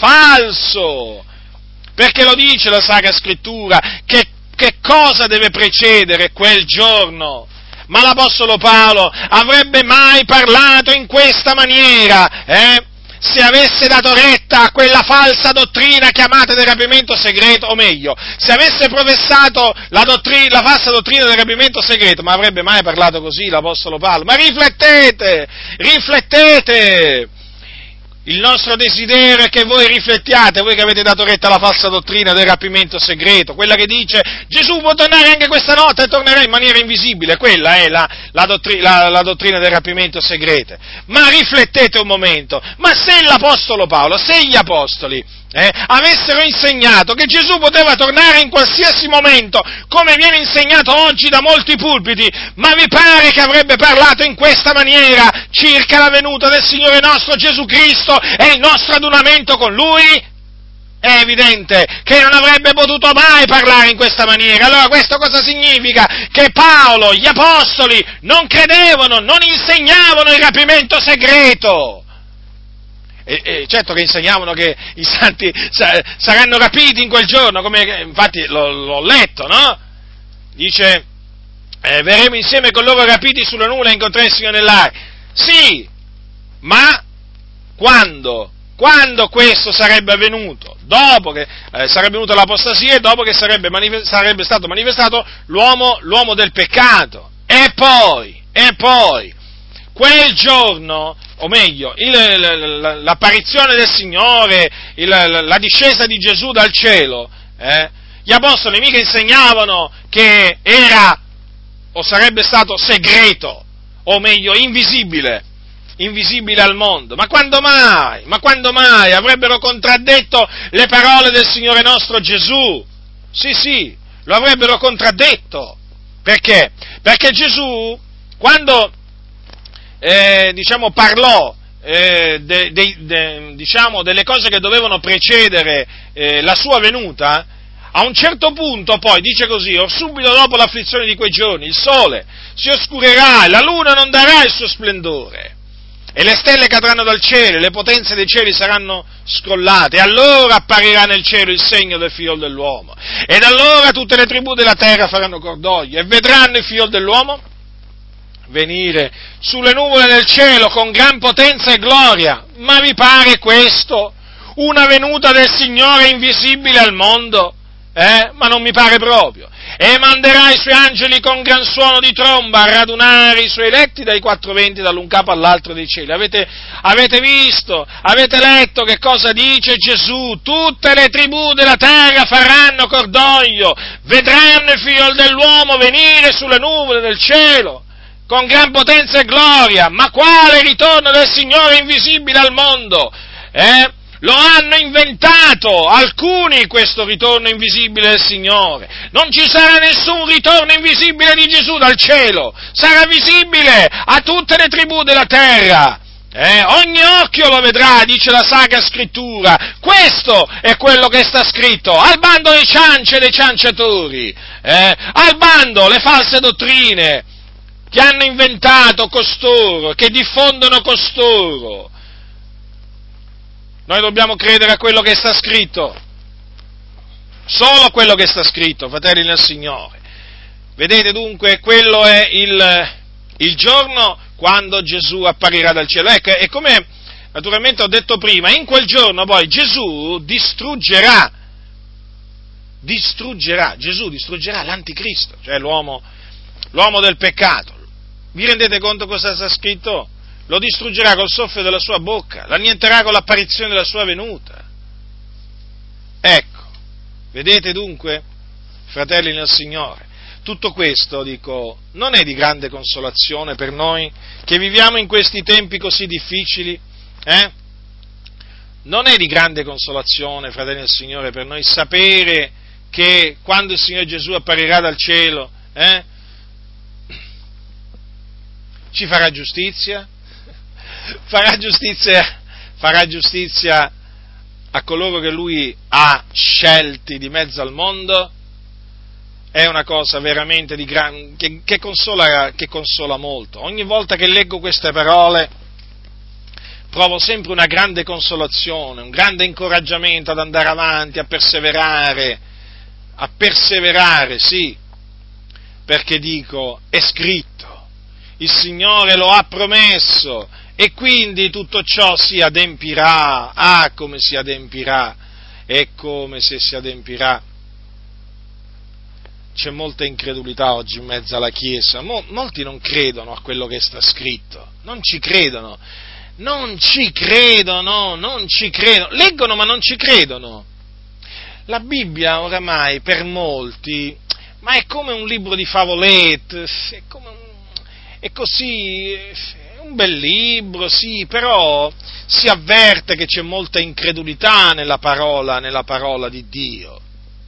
falso, perché lo dice la Sacra Scrittura, che, che cosa deve precedere quel giorno? Ma l'Apostolo Paolo avrebbe mai parlato in questa maniera, eh? Se avesse dato retta a quella falsa dottrina chiamata del rapimento segreto, o meglio, se avesse professato la, dottrina, la falsa dottrina del rapimento segreto, ma avrebbe mai parlato così l'Apostolo Paolo? Ma riflettete, riflettete! Il nostro desiderio è che voi riflettiate, voi che avete dato retta alla falsa dottrina del rapimento segreto, quella che dice Gesù può tornare anche questa notte e tornerà in maniera invisibile, quella è la, la, dottri, la, la dottrina del rapimento segreto. Ma riflettete un momento, ma se l'Apostolo Paolo, se gli Apostoli eh, avessero insegnato che Gesù poteva tornare in qualsiasi momento, come viene insegnato oggi da molti pulpiti, ma vi pare che avrebbe parlato in questa maniera circa la venuta del Signore nostro Gesù Cristo e il nostro adunamento con Lui? È evidente che non avrebbe potuto mai parlare in questa maniera. Allora questo cosa significa? Che Paolo, gli Apostoli, non credevano, non insegnavano il rapimento segreto. E, e certo che insegnavano che i santi sa, saranno rapiti in quel giorno, come infatti l'ho, l'ho letto, no? Dice, eh, verremo insieme con loro rapiti sulla nuvole a incontrare il Signore nell'aria. Sì, ma quando? Quando questo sarebbe avvenuto? Dopo che eh, sarebbe venuta l'apostasia e dopo che sarebbe, manifest- sarebbe stato manifestato l'uomo, l'uomo del peccato. E poi, e poi, quel giorno, o meglio, il, l'apparizione del Signore, il, la discesa di Gesù dal cielo, eh, gli apostoli mica insegnavano che era o sarebbe stato segreto, o meglio, invisibile, invisibile al mondo. Ma quando mai? Ma quando mai avrebbero contraddetto le parole del Signore nostro Gesù? Sì, sì, lo avrebbero contraddetto. Perché? Perché Gesù, quando Eh, diciamo, parlò eh, de, de, de, diciamo, delle cose che dovevano precedere eh, la sua venuta, a un certo punto poi dice così: o subito dopo l'afflizione di quei giorni il sole si oscurerà e la luna non darà il suo splendore e le stelle cadranno dal cielo e le potenze dei cieli saranno scrollate, e allora apparirà nel cielo il segno del figlio dell'uomo, ed allora tutte le tribù della terra faranno cordoglio e vedranno il figlio dell'uomo venire sulle nuvole del cielo con gran potenza e gloria. Ma vi pare questo una venuta del Signore invisibile al mondo? Eh? Ma non mi pare proprio. E manderà i suoi angeli con gran suono di tromba a radunare i suoi eletti dai quattro venti, dall'un capo all'altro dei cieli. Avete, avete visto, avete letto che cosa dice Gesù? Tutte le tribù della terra faranno cordoglio, vedranno il figlio dell'uomo venire sulle nuvole del cielo con gran potenza e gloria. Ma quale ritorno del Signore invisibile al mondo? Eh? Lo hanno inventato alcuni questo ritorno invisibile del Signore. Non ci sarà nessun ritorno invisibile di Gesù dal cielo, sarà visibile a tutte le tribù della terra. Eh, ogni occhio lo vedrà, dice la Sacra Scrittura. Questo è quello che sta scritto. Al bando le ciance e dei cianciatori, eh, al bando le false dottrine che hanno inventato costoro, che diffondono costoro. Noi dobbiamo credere a quello che sta scritto, solo a quello che sta scritto, fratelli nel Signore. Vedete dunque, quello è il, il giorno quando Gesù apparirà dal cielo. Ecco, e come naturalmente ho detto prima, in quel giorno poi Gesù distruggerà, distruggerà, Gesù distruggerà l'anticristo, cioè l'uomo, l'uomo del peccato. Vi rendete conto cosa sta scritto? Lo distruggerà col soffio della sua bocca, l'annienterà con l'apparizione della sua venuta. Ecco, vedete dunque, fratelli nel Signore, tutto questo, dico, non è di grande consolazione per noi che viviamo in questi tempi così difficili, eh? Non è di grande consolazione, fratelli nel Signore, per noi sapere che quando il Signore Gesù apparirà dal cielo, eh? Ci farà giustizia? Farà giustizia, farà giustizia a coloro che Lui ha scelti di mezzo al mondo? È una cosa veramente di gran, che, che, consola, che consola molto. Ogni volta che leggo queste parole provo sempre una grande consolazione, un grande incoraggiamento ad andare avanti, a perseverare, a perseverare, sì, perché dico, è scritto, il Signore lo ha promesso, e quindi tutto ciò si adempirà. Ah, come si adempirà, e come se si adempirà. C'è molta incredulità oggi in mezzo alla Chiesa, Mol- molti non credono a quello che sta scritto, non ci credono, non ci credono, non ci credono, leggono ma non ci credono. La Bibbia oramai per molti, ma è come un libro di favolette, è come un, è così, è un bel libro, sì, però si avverte che c'è molta incredulità nella parola, nella parola di Dio.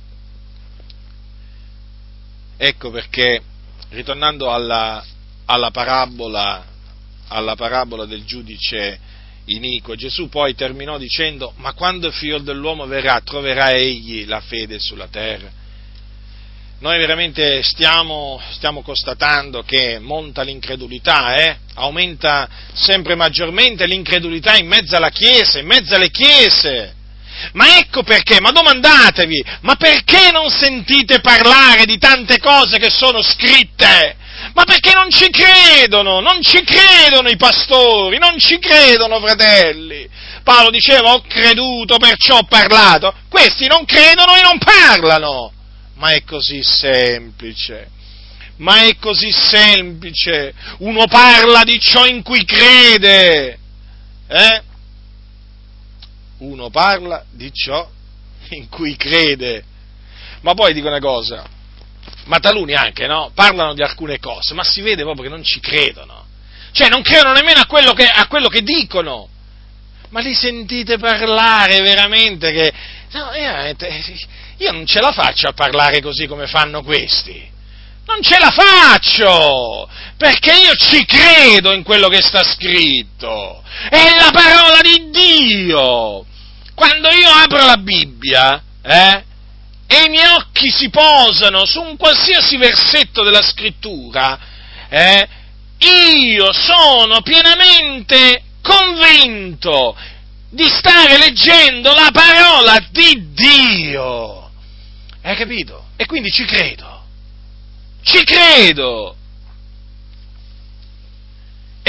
Ecco perché, ritornando alla, alla parabola, alla parabola del giudice iniquo, Gesù poi terminò dicendo: ma quando il figlio dell'uomo verrà, troverà egli la fede sulla terra? Noi veramente stiamo, stiamo constatando che monta l'incredulità, eh? Aumenta sempre maggiormente l'incredulità in mezzo alla Chiesa, in mezzo alle Chiese. Ma ecco perché, ma domandatevi, ma perché non sentite parlare di tante cose che sono scritte? Ma perché non ci credono, non ci credono i pastori, non ci credono, fratelli. Paolo diceva: ho creduto, perciò ho parlato. Questi non credono e non parlano. Ma è così semplice, ma è così semplice. Uno parla di ciò in cui crede, eh? Uno parla di ciò in cui crede. Ma poi dico una cosa, ma taluni anche, no? Parlano di alcune cose, ma si vede proprio che non ci credono. Cioè non credono nemmeno a quello che, a quello che dicono. Ma li sentite parlare veramente che... No, io non ce la faccio a parlare così come fanno questi. Non ce la faccio! Perché io ci credo in quello che sta scritto. È la parola di Dio! Quando io apro la Bibbia, eh, e i miei occhi si posano su un qualsiasi versetto della Scrittura, eh, io sono pienamente convinto di stare leggendo la parola di Dio. Hai capito? E quindi ci credo. Ci credo.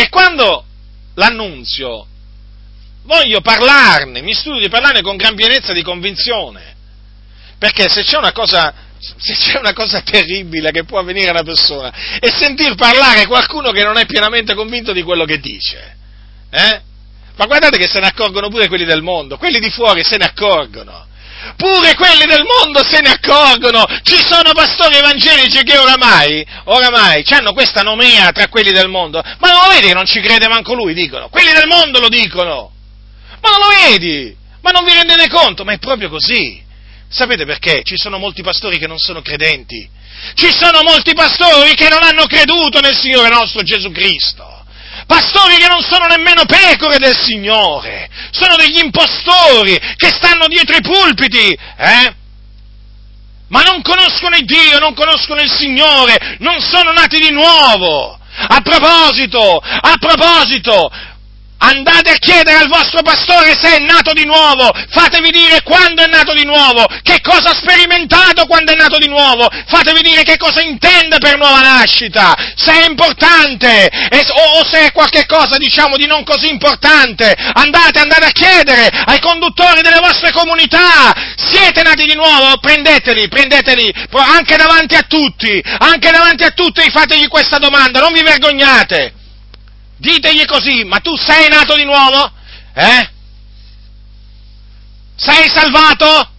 E quando l'annunzio, voglio parlarne, mi studio di parlarne con gran pienezza di convinzione, perché se c'è una cosa, se c'è una cosa terribile che può avvenire a una persona, è sentir parlare qualcuno che non è pienamente convinto di quello che dice, eh? Ma guardate che se ne accorgono pure quelli del mondo, quelli di fuori se ne accorgono. Pure quelli del mondo se ne accorgono. Ci sono pastori evangelici che oramai, oramai, hanno questa nomea tra quelli del mondo. Ma non lo vedi che non ci crede manco lui, dicono. Quelli del mondo lo dicono. Ma non lo vedi? Ma non vi rendete conto? Ma è proprio così. Sapete perché? Ci sono molti pastori che non sono credenti. Ci sono molti pastori che non hanno creduto nel Signore nostro Gesù Cristo. Pastori che non sono nemmeno pecore del Signore, sono degli impostori che stanno dietro i pulpiti, eh? Ma non conoscono il Dio, non conoscono il Signore, non sono nati di nuovo. A proposito, a proposito, andate a chiedere al vostro pastore se è nato di nuovo, fatevi dire quando è nato di nuovo, che cosa ha sperimentato quando è nato di nuovo, fatevi dire che cosa intende per nuova nascita, se è importante e, o, o se è qualche cosa, diciamo, di non così importante. Andate, andate a chiedere ai conduttori delle vostre comunità, siete nati di nuovo? Prendeteli, prendeteli, anche davanti a tutti, anche davanti a tutti fategli questa domanda, non vi vergognate. Ditegli così, ma tu sei nato di nuovo? Eh? Sei salvato?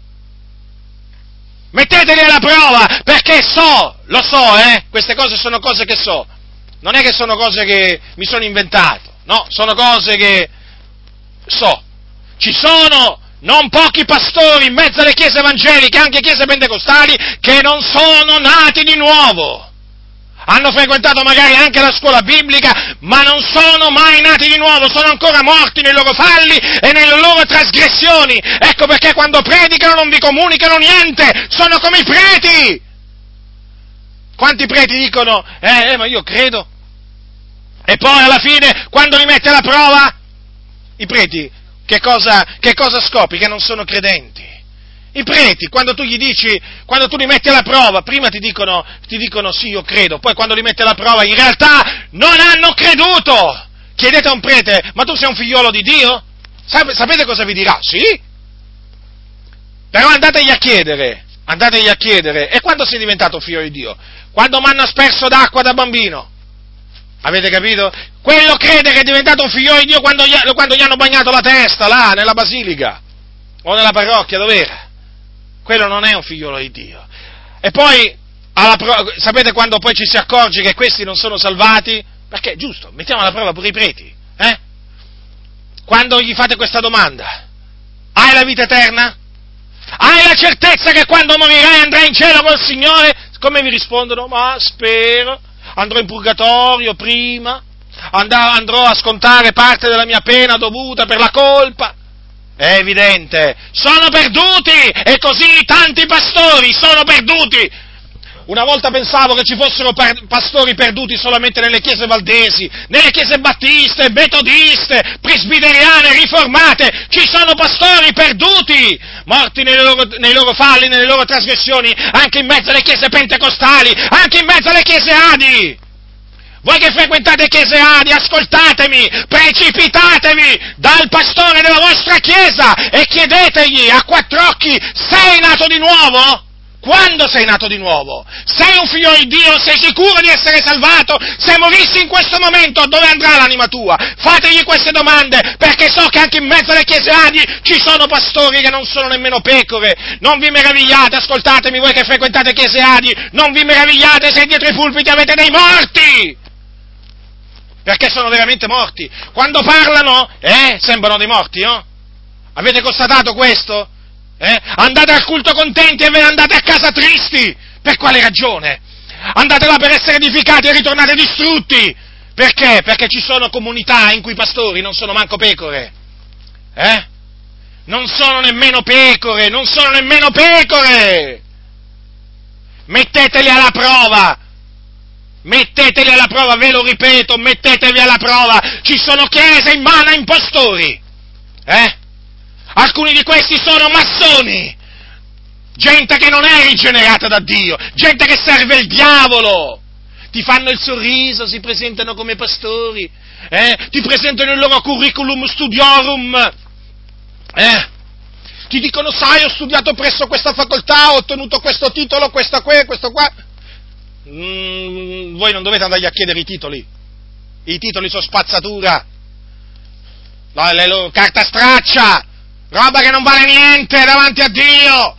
Metteteli alla prova, perché so, lo so, eh? Queste cose sono cose che so. Non è che sono cose che mi sono inventato, no, sono cose che so. Ci sono non pochi pastori in mezzo alle chiese evangeliche, anche chiese pentecostali, che non sono nati di nuovo. Hanno frequentato magari anche la scuola biblica, ma non sono mai nati di nuovo, sono ancora morti nei loro falli e nelle loro trasgressioni. Ecco perché quando predicano non vi comunicano niente, sono come i preti. Quanti preti dicono, eh, eh ma io credo, e poi alla fine, quando li mette alla prova, i preti, che cosa, che cosa scopri? Che non sono credenti. I preti, quando tu gli dici, quando tu li metti alla prova, prima ti dicono, ti dicono sì, io credo, poi quando li metti alla prova, in realtà non hanno creduto. Chiedete a un prete, ma tu sei un figliolo di Dio? Sapete cosa vi dirà? Sì. Però andategli a chiedere, andategli a chiedere, e quando sei diventato figlio di Dio? Quando mi hanno asperso d'acqua da bambino. Avete capito? Quello crede che è diventato un figlio di Dio quando gli, quando gli hanno bagnato la testa, là, nella basilica, o nella parrocchia, dov'era? Quello non è un figliolo di Dio. E poi, alla pro- sapete quando poi ci si accorge che questi non sono salvati? Perché, giusto, mettiamo alla prova pure i preti, eh? Quando gli fate questa domanda, hai la vita eterna? Hai la certezza che quando morirai andrai in cielo col Signore? Come vi rispondono? Ma spero, andrò in purgatorio prima, andrò a scontare parte della mia pena dovuta per la colpa. È evidente, sono perduti, e così tanti pastori sono perduti. Una volta pensavo che ci fossero par- pastori perduti solamente nelle chiese valdesi, nelle chiese battiste, metodiste, presbiteriane, riformate. Ci sono pastori perduti, morti nei loro, nei loro falli, nelle loro trasgressioni, anche in mezzo alle chiese pentecostali, anche in mezzo alle chiese Adi. Voi che frequentate chiese Adi, ascoltatemi, precipitatevi dal pastore della vostra chiesa e chiedetegli a quattro occhi, sei nato di nuovo? Quando sei nato di nuovo? Sei un figlio di Dio? Sei sicuro di essere salvato? Se morissi in questo momento, dove andrà l'anima tua? Fategli queste domande, perché so che anche in mezzo alle chiese Adi ci sono pastori che non sono nemmeno pecore. Non vi meravigliate, ascoltatemi voi che frequentate chiese Adi, non vi meravigliate se dietro i pulpiti avete dei morti! Perché sono veramente morti. Quando parlano, eh, sembrano dei morti, no? Avete constatato questo? Eh? Andate al culto contenti e ve ne andate a casa tristi. Per quale ragione? Andate là per essere edificati e ritornate distrutti. Perché? Perché ci sono comunità in cui i pastori non sono manco pecore. Eh? Non sono nemmeno pecore, non sono nemmeno pecore. Metteteli alla prova. Metteteli alla prova, ve lo ripeto, mettetevi alla prova. Ci sono chiese in mano a impostori. Eh? Alcuni di questi sono massoni. Gente che non è rigenerata da Dio, gente che serve il diavolo. ti fanno il sorriso, si presentano come pastori, eh? Ti presentano il loro curriculum studiorum, eh? Ti dicono, sai, ho studiato presso questa facoltà, ho ottenuto questo titolo, questo qua, questo qua. Mm, voi non dovete andargli a chiedere i titoli, i titoli sono spazzatura, la, la loro carta straccia, roba che non vale niente davanti a Dio.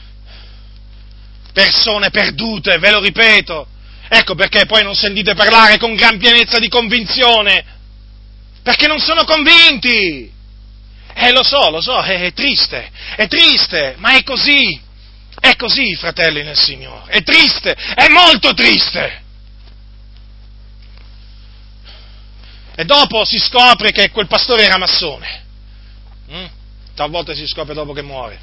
Persone perdute, ve lo ripeto. Ecco perché poi non sentite parlare con gran pienezza di convinzione, perché non sono convinti. Eh, lo so, lo so, è, è triste, è triste, ma è così, è così, fratelli nel Signore, è triste, è molto triste. E dopo si scopre che quel pastore era massone, mm? Talvolta si scopre dopo che muore.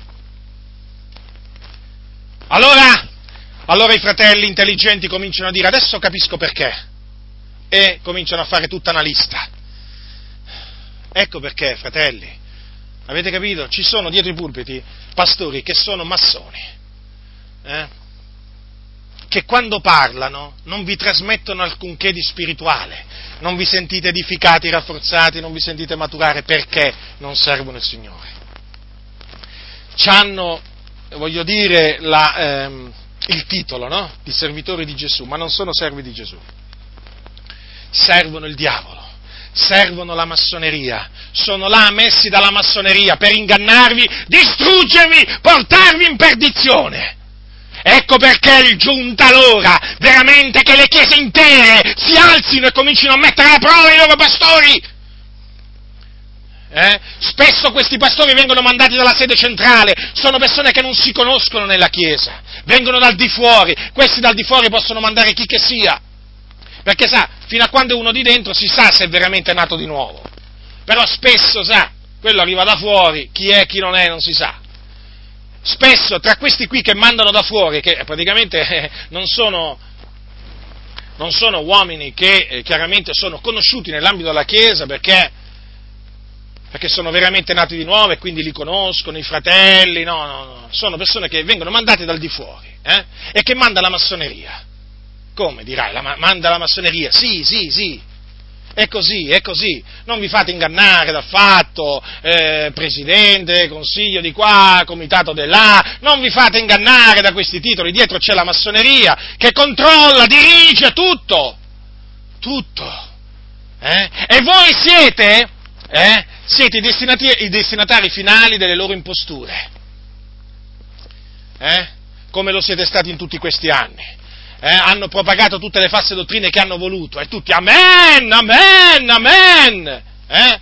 Allora, allora i fratelli intelligenti cominciano a dire, adesso capisco perché, e cominciano a fare tutta una lista. Ecco perché, fratelli, avete capito? Ci sono dietro i pulpiti pastori che sono massoni, eh? Che quando parlano non vi trasmettono alcunché di spirituale, non vi sentite edificati, rafforzati, non vi sentite maturare, perché non servono il Signore. C'hanno, voglio dire, la, ehm, il titolo, no? Di servitori di Gesù, ma non sono servi di Gesù. Servono il diavolo, servono la massoneria, sono là messi dalla massoneria per ingannarvi, distruggervi, portarvi in perdizione. Ecco perché è giunta l'ora, veramente, che le chiese intere si alzino e comincino a mettere alla prova i loro pastori. Eh? Spesso questi pastori vengono mandati dalla sede centrale, sono persone che non si conoscono nella Chiesa, vengono dal di fuori, questi dal di fuori possono mandare chi che sia, perché sa, fino a quando è uno di dentro si sa se è veramente nato di nuovo, però spesso, sa, quello arriva da fuori, chi è, chi non è, non si sa. Spesso tra questi qui che mandano da fuori, che praticamente eh, non sono, non sono uomini che eh, chiaramente sono conosciuti nell'ambito della Chiesa, perché perché sono veramente nati di nuovo e quindi li conoscono, i fratelli, no, no, no, sono persone che vengono mandate dal di fuori, eh? E che manda la massoneria. Come dirai, la, manda la massoneria? Sì, sì, sì, è così, è così, non vi fate ingannare dal fatto, eh, presidente, consiglio di qua, comitato di là, non vi fate ingannare da questi titoli, dietro c'è la massoneria che controlla, dirige tutto, tutto, eh? E voi siete... Eh? Siete i, destinati- i destinatari finali delle loro imposture, eh? Come lo siete stati in tutti questi anni, eh? Hanno propagato tutte le false dottrine che hanno voluto, e tutti amen, amen, amen, eh?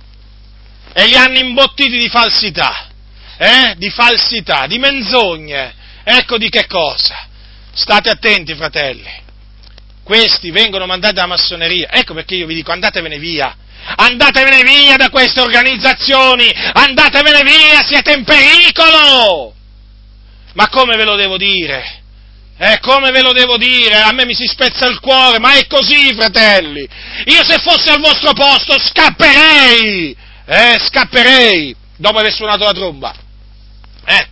E li hanno imbottiti di falsità, eh? Di falsità, di menzogne, ecco di che cosa. State attenti, fratelli, questi vengono mandati dalla massoneria, ecco perché io vi dico, andatevene via. Andatevene via da queste organizzazioni, andatevene via, siete in pericolo! Ma come ve lo devo dire? Eh, come ve lo devo dire? A me mi si spezza il cuore, ma è così, fratelli! Io se fossi al vostro posto scapperei! Eh, scapperei! Dopo aver suonato la tromba! Eh!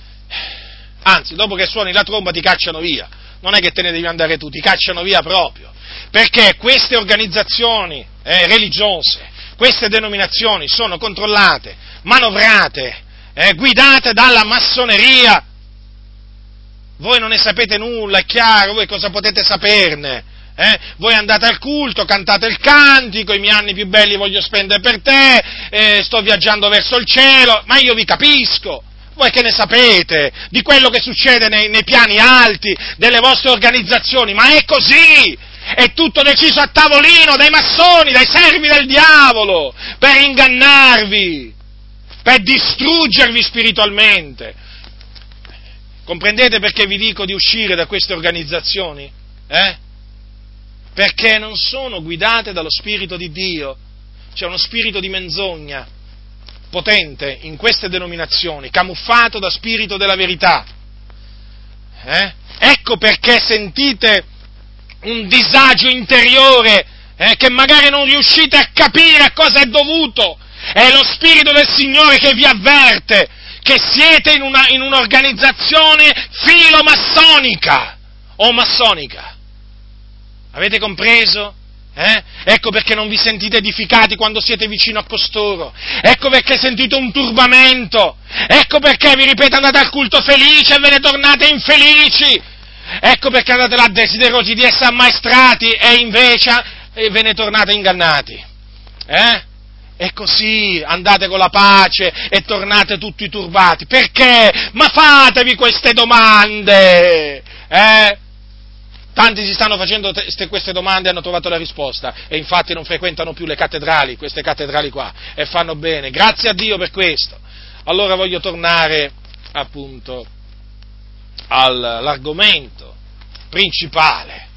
Anzi, dopo che suoni la tromba ti cacciano via! Non è che te ne devi andare tu, ti cacciano via proprio! Perché queste organizzazioni eh, religiose, queste denominazioni sono controllate, manovrate, eh, guidate dalla massoneria. Voi non ne sapete nulla, è chiaro, voi cosa potete saperne? Eh? Voi andate al culto, cantate il cantico, i miei anni più belli voglio spendere per te, eh, sto viaggiando verso il cielo, ma io vi capisco. Voi che ne sapete di quello che succede nei, nei piani alti delle vostre organizzazioni? Ma è così! È tutto deciso a tavolino dai massoni, dai servi del diavolo, per ingannarvi, per distruggervi spiritualmente. Comprendete perché vi dico di uscire da queste organizzazioni? Eh? Perché non sono guidate dallo Spirito di Dio. C'è uno spirito di menzogna potente in queste denominazioni, camuffato da spirito della verità. Eh? Ecco perché sentite un disagio interiore, eh, che magari non riuscite a capire a cosa è dovuto. È lo Spirito del Signore che vi avverte che siete in, una, in un'organizzazione filomassonica o massonica. Avete compreso? Eh? Ecco perché non vi sentite edificati quando siete vicino a costoro. Ecco perché sentite un turbamento. Ecco perché, vi ripeto, andate al culto felici e ve ne tornate infelici. Ecco perché andate là desiderosi di essere ammaestrati e invece ve ne tornate ingannati. Eh? E così andate con la pace e tornate tutti turbati. Perché? Ma fatevi queste domande! Eh? Tanti si stanno facendo te- queste domande e hanno trovato la risposta, e infatti non frequentano più le cattedrali, queste cattedrali qua, e fanno bene. Grazie a Dio per questo. Allora voglio tornare appunto all'argomento principale.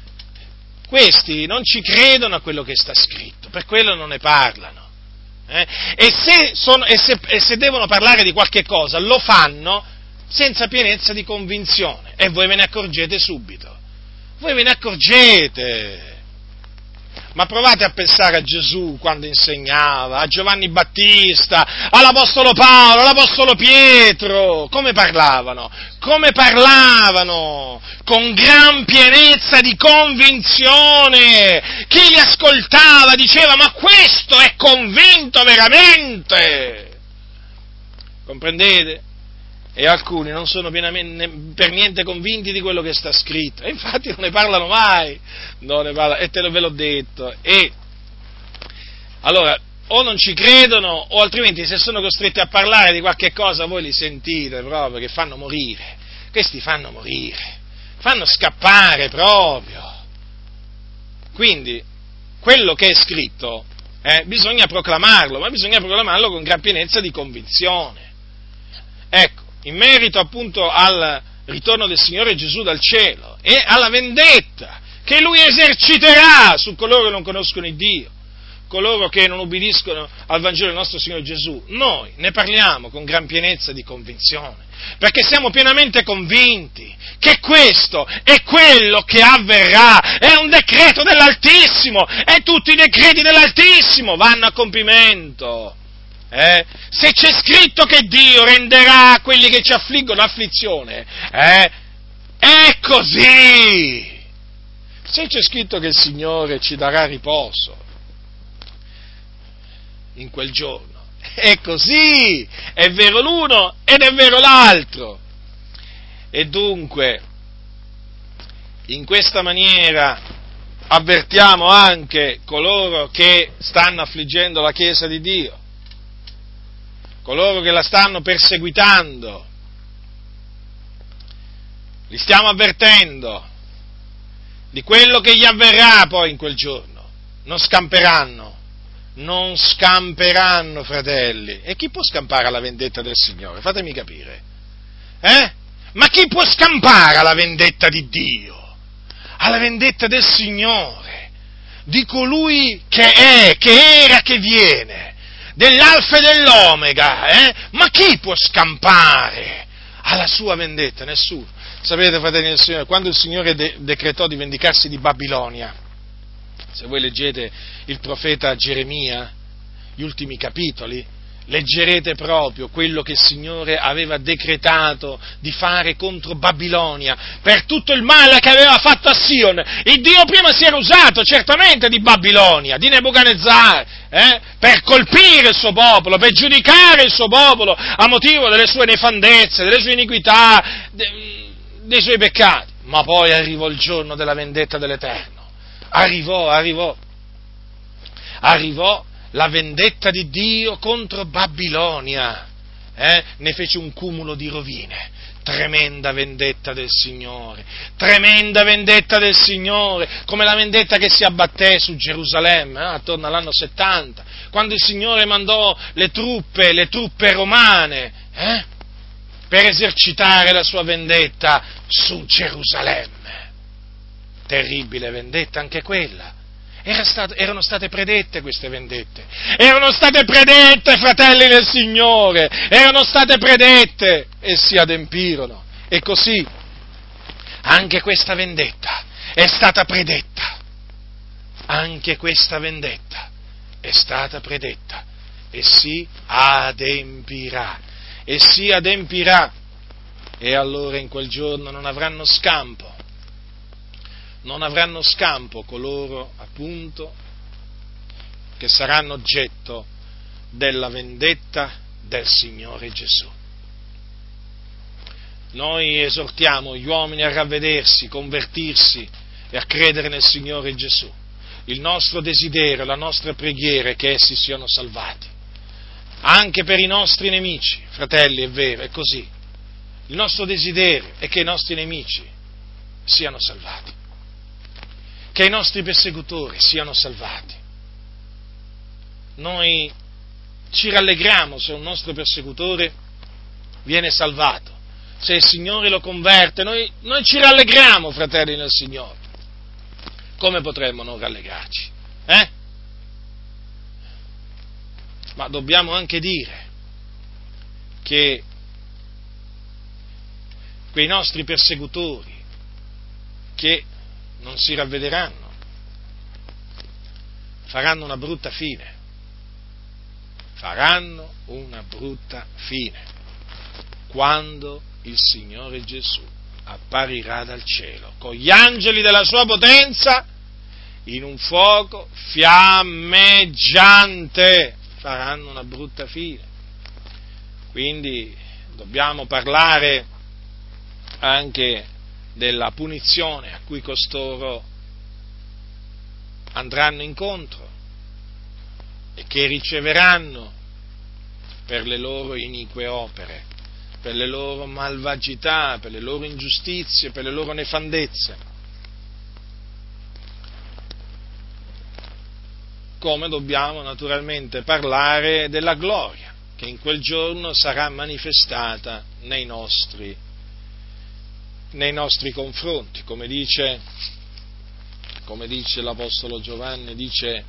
Questi non ci credono a quello che sta scritto, per quello non ne parlano. Eh? E, se sono, e, se, e se devono parlare di qualche cosa, lo fanno senza pienezza di convinzione, e voi ve ne accorgete subito. Voi ve ne accorgete. Ma provate a pensare a Gesù quando insegnava, a Giovanni Battista, all'Apostolo Paolo, all'Apostolo Pietro, come parlavano? Come parlavano? Con gran pienezza di convinzione. Chi li ascoltava diceva: ma questo è convinto veramente. Comprendete? E alcuni non sono pienamente, per niente convinti di quello che sta scritto, e infatti non ne parlano mai, non ne parla, e te lo ve l'ho detto. E allora, o non ci credono, o altrimenti se sono costretti a parlare di qualche cosa voi li sentite proprio che fanno morire. Questi fanno morire, fanno scappare proprio. Quindi, quello che è scritto, eh, bisogna proclamarlo, ma bisogna proclamarlo con gran pienezza di convinzione. Ecco, in merito appunto al ritorno del Signore Gesù dal cielo e alla vendetta che Lui eserciterà su coloro che non conoscono il Dio, coloro che non ubbidiscono al Vangelo del nostro Signore Gesù, noi ne parliamo con gran pienezza di convinzione, perché siamo pienamente convinti che questo è quello che avverrà, è un decreto dell'Altissimo, e tutti i decreti dell'Altissimo vanno a compimento. Eh? Se c'è scritto che Dio renderà a quelli che ci affliggono afflizione, eh? È così. Se c'è scritto che il Signore ci darà riposo in quel giorno, è così, è vero l'uno ed è vero l'altro. E dunque, in questa maniera avvertiamo anche coloro che stanno affliggendo la Chiesa di Dio, coloro che la stanno perseguitando, li stiamo avvertendo di quello che gli avverrà poi in quel giorno. Non scamperanno, non scamperanno, fratelli. E chi può scampare alla vendetta del Signore? Fatemi capire. Eh? Ma chi può scampare alla vendetta di Dio? Alla vendetta del Signore, di colui che è, che era, che viene, dell'alfa e dell'omega, eh? Ma chi può scampare alla sua vendetta? Nessuno. Sapete, fratelli del Signore, quando il Signore de- decretò di vendicarsi di Babilonia, se voi leggete il profeta Geremia, gli ultimi capitoli, leggerete proprio quello che il Signore aveva decretato di fare contro Babilonia, per tutto il male che aveva fatto a Sion. Il Dio prima si era usato certamente di Babilonia, di Nebuchadnezzar, eh, per colpire il suo popolo, per giudicare il suo popolo a motivo delle sue nefandezze, delle sue iniquità, de, dei suoi peccati. Ma poi arrivò il giorno della vendetta dell'Eterno. Arrivò, arrivò, arrivò la vendetta di Dio contro Babilonia, eh? Ne fece un cumulo di rovine. Tremenda vendetta del Signore, tremenda vendetta del Signore, come la vendetta che si abbatté su Gerusalemme, eh? Attorno all'anno settanta, quando il Signore mandò le truppe, le truppe romane, eh? per esercitare la sua vendetta su Gerusalemme. Terribile vendetta anche quella. Era stato, erano state predette queste vendette, erano state predette, fratelli del Signore, erano state predette e si adempirono. E così anche questa vendetta è stata predetta, anche questa vendetta è stata predetta e si adempirà, e si adempirà, e allora in quel giorno non avranno scampo. non avranno scampo coloro, appunto, che saranno oggetto della vendetta del Signore Gesù. Noi esortiamo gli uomini a ravvedersi, convertirsi e a credere nel Signore Gesù. Il nostro desiderio, la nostra preghiera è che essi siano salvati. Anche per i nostri nemici, fratelli, è vero, è così. Il nostro desiderio è che i nostri nemici siano salvati, che i nostri persecutori siano salvati. Noi ci rallegriamo se un nostro persecutore viene salvato, se il Signore lo converte, noi, noi ci rallegriamo, fratelli nel Signore. Come potremmo non rallegrarci? Eh? Ma dobbiamo anche dire che quei nostri persecutori che non si ravvederanno faranno una brutta fine, faranno una brutta fine quando il Signore Gesù apparirà dal cielo con gli angeli della sua potenza in un fuoco fiammeggiante. Faranno una brutta fine. Quindi dobbiamo parlare anche della punizione a cui costoro andranno incontro e che riceveranno per le loro inique opere, per le loro malvagità, per le loro ingiustizie, per le loro nefandezze. Come dobbiamo naturalmente parlare della gloria che in quel giorno sarà manifestata nei nostri, nei nostri confronti, come dice, come dice l'Apostolo Giovanni, dice,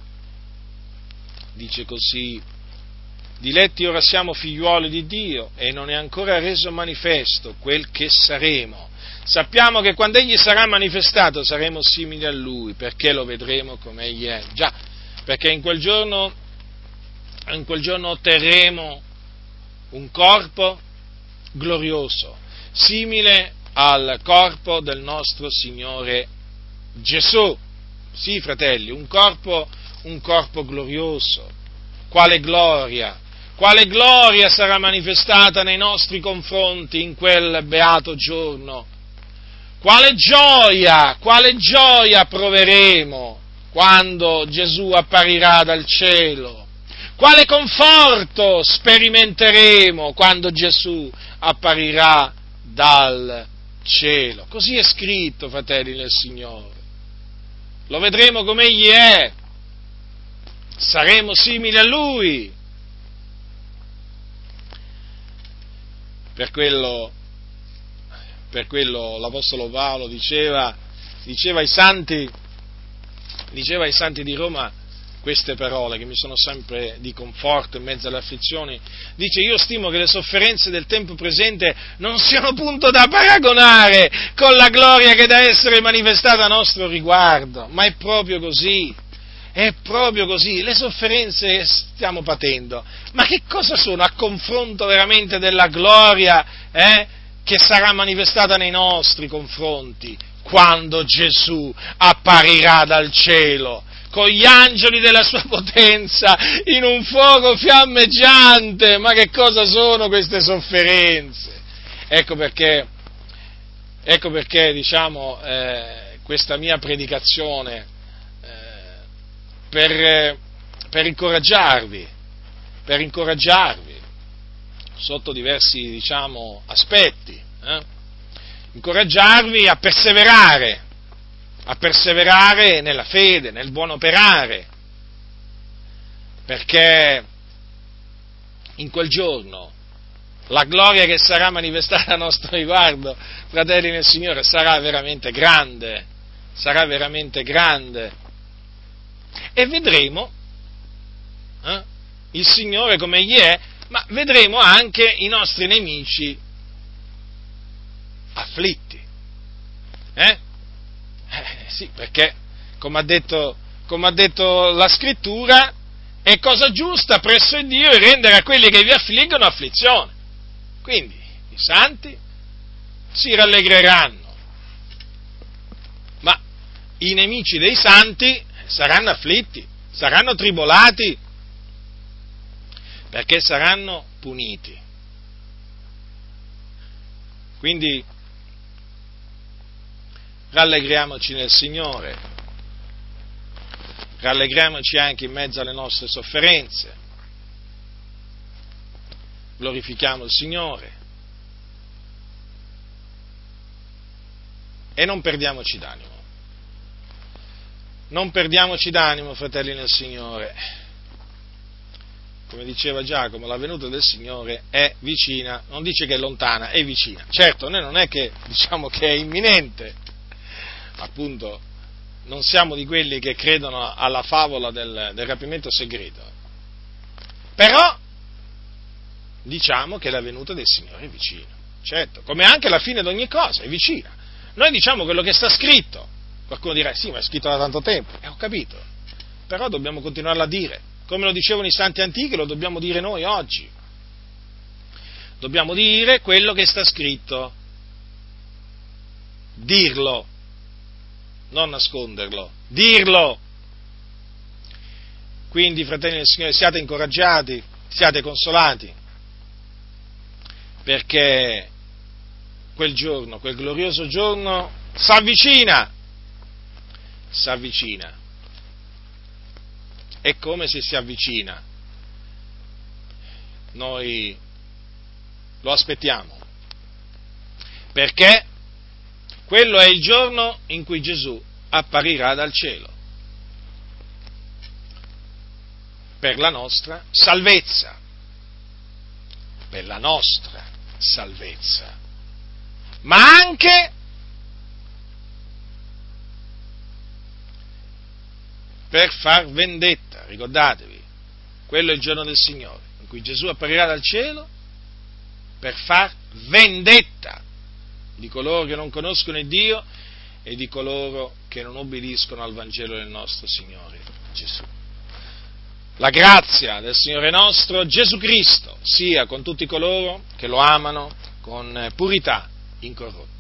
dice così: diletti ora siamo figliuoli di Dio e non è ancora reso manifesto quel che saremo. Sappiamo che quando Egli sarà manifestato saremo simili a Lui, perché lo vedremo come Egli è. Già, perché in quel giorno, in quel giorno otterremo un corpo glorioso, simile al corpo del nostro Signore Gesù. Sì, fratelli, un corpo, un corpo glorioso. Quale gloria! Quale gloria sarà manifestata nei nostri confronti in quel beato giorno! Quale gioia, quale gioia proveremo quando Gesù apparirà dal cielo! Quale conforto sperimenteremo quando Gesù apparirà dal cielo! Così è scritto, fratelli nel Signore. Lo vedremo come Egli è. Saremo simili a Lui. Per quello, per quello l'Apostolo Paolo diceva, diceva ai santi, diceva ai santi di Roma queste parole che mi sono sempre di conforto in mezzo alle afflizioni. Dice: io stimo che le sofferenze del tempo presente non siano punto da paragonare con la gloria che deve essere manifestata a nostro riguardo. Ma è proprio così. È proprio così, le sofferenze che stiamo patendo, ma che cosa sono a confronto veramente della gloria eh, che sarà manifestata nei nostri confronti quando Gesù apparirà dal cielo con gli angeli della sua potenza in un fuoco fiammeggiante? Ma che cosa sono queste sofferenze? Ecco perché, ecco perché diciamo, eh, questa mia predicazione Per, per incoraggiarvi, per incoraggiarvi sotto diversi, diciamo, aspetti, eh? incoraggiarvi a perseverare, a perseverare nella fede, nel buon operare, perché in quel giorno la gloria che sarà manifestata a nostro riguardo, fratelli nel Signore, sarà veramente grande, sarà veramente grande. E vedremo eh, il Signore come Egli è, ma vedremo anche i nostri nemici afflitti. Eh? Eh, sì, perché, come ha detto, come ha detto la Scrittura, è cosa giusta presso il Dio rendere a quelli che vi affliggono afflizione. Quindi i santi si rallegreranno. Ma i nemici dei santi saranno afflitti, saranno tribolati, perché saranno puniti. Quindi rallegriamoci nel Signore, rallegriamoci anche in mezzo alle nostre sofferenze, glorifichiamo il Signore e non perdiamoci d'animo. Non perdiamoci d'animo, fratelli nel Signore. Come diceva Giacomo, la venuta del Signore è vicina, non dice che è lontana, è vicina. Certo, noi non è che diciamo che è imminente, appunto, non siamo di quelli che credono alla favola del, del rapimento segreto, però diciamo che la venuta del Signore è vicina, certo, come anche la fine di ogni cosa è vicina. Noi diciamo quello che sta scritto. Qualcuno dirà, sì, ma è scritto da tanto tempo, e eh, ho capito, però dobbiamo continuarla a dire, come lo dicevano i santi antichi, lo dobbiamo dire noi oggi, dobbiamo dire quello che sta scritto, dirlo, non nasconderlo, dirlo. Quindi, fratelli del Signore, siate incoraggiati, siate consolati, perché quel giorno, quel glorioso giorno, s'avvicina, s'avvicina. E come se si avvicina? Noi lo aspettiamo, perché quello è il giorno in cui Gesù apparirà dal cielo per la nostra salvezza, per la nostra salvezza, ma anche per far vendetta. Ricordatevi, quello è il giorno del Signore, in cui Gesù apparirà dal cielo per far vendetta di coloro che non conoscono il Dio e di coloro che non obbediscono al Vangelo del nostro Signore Gesù. La grazia del Signore nostro Gesù Cristo sia con tutti coloro che lo amano con purità incorrotta.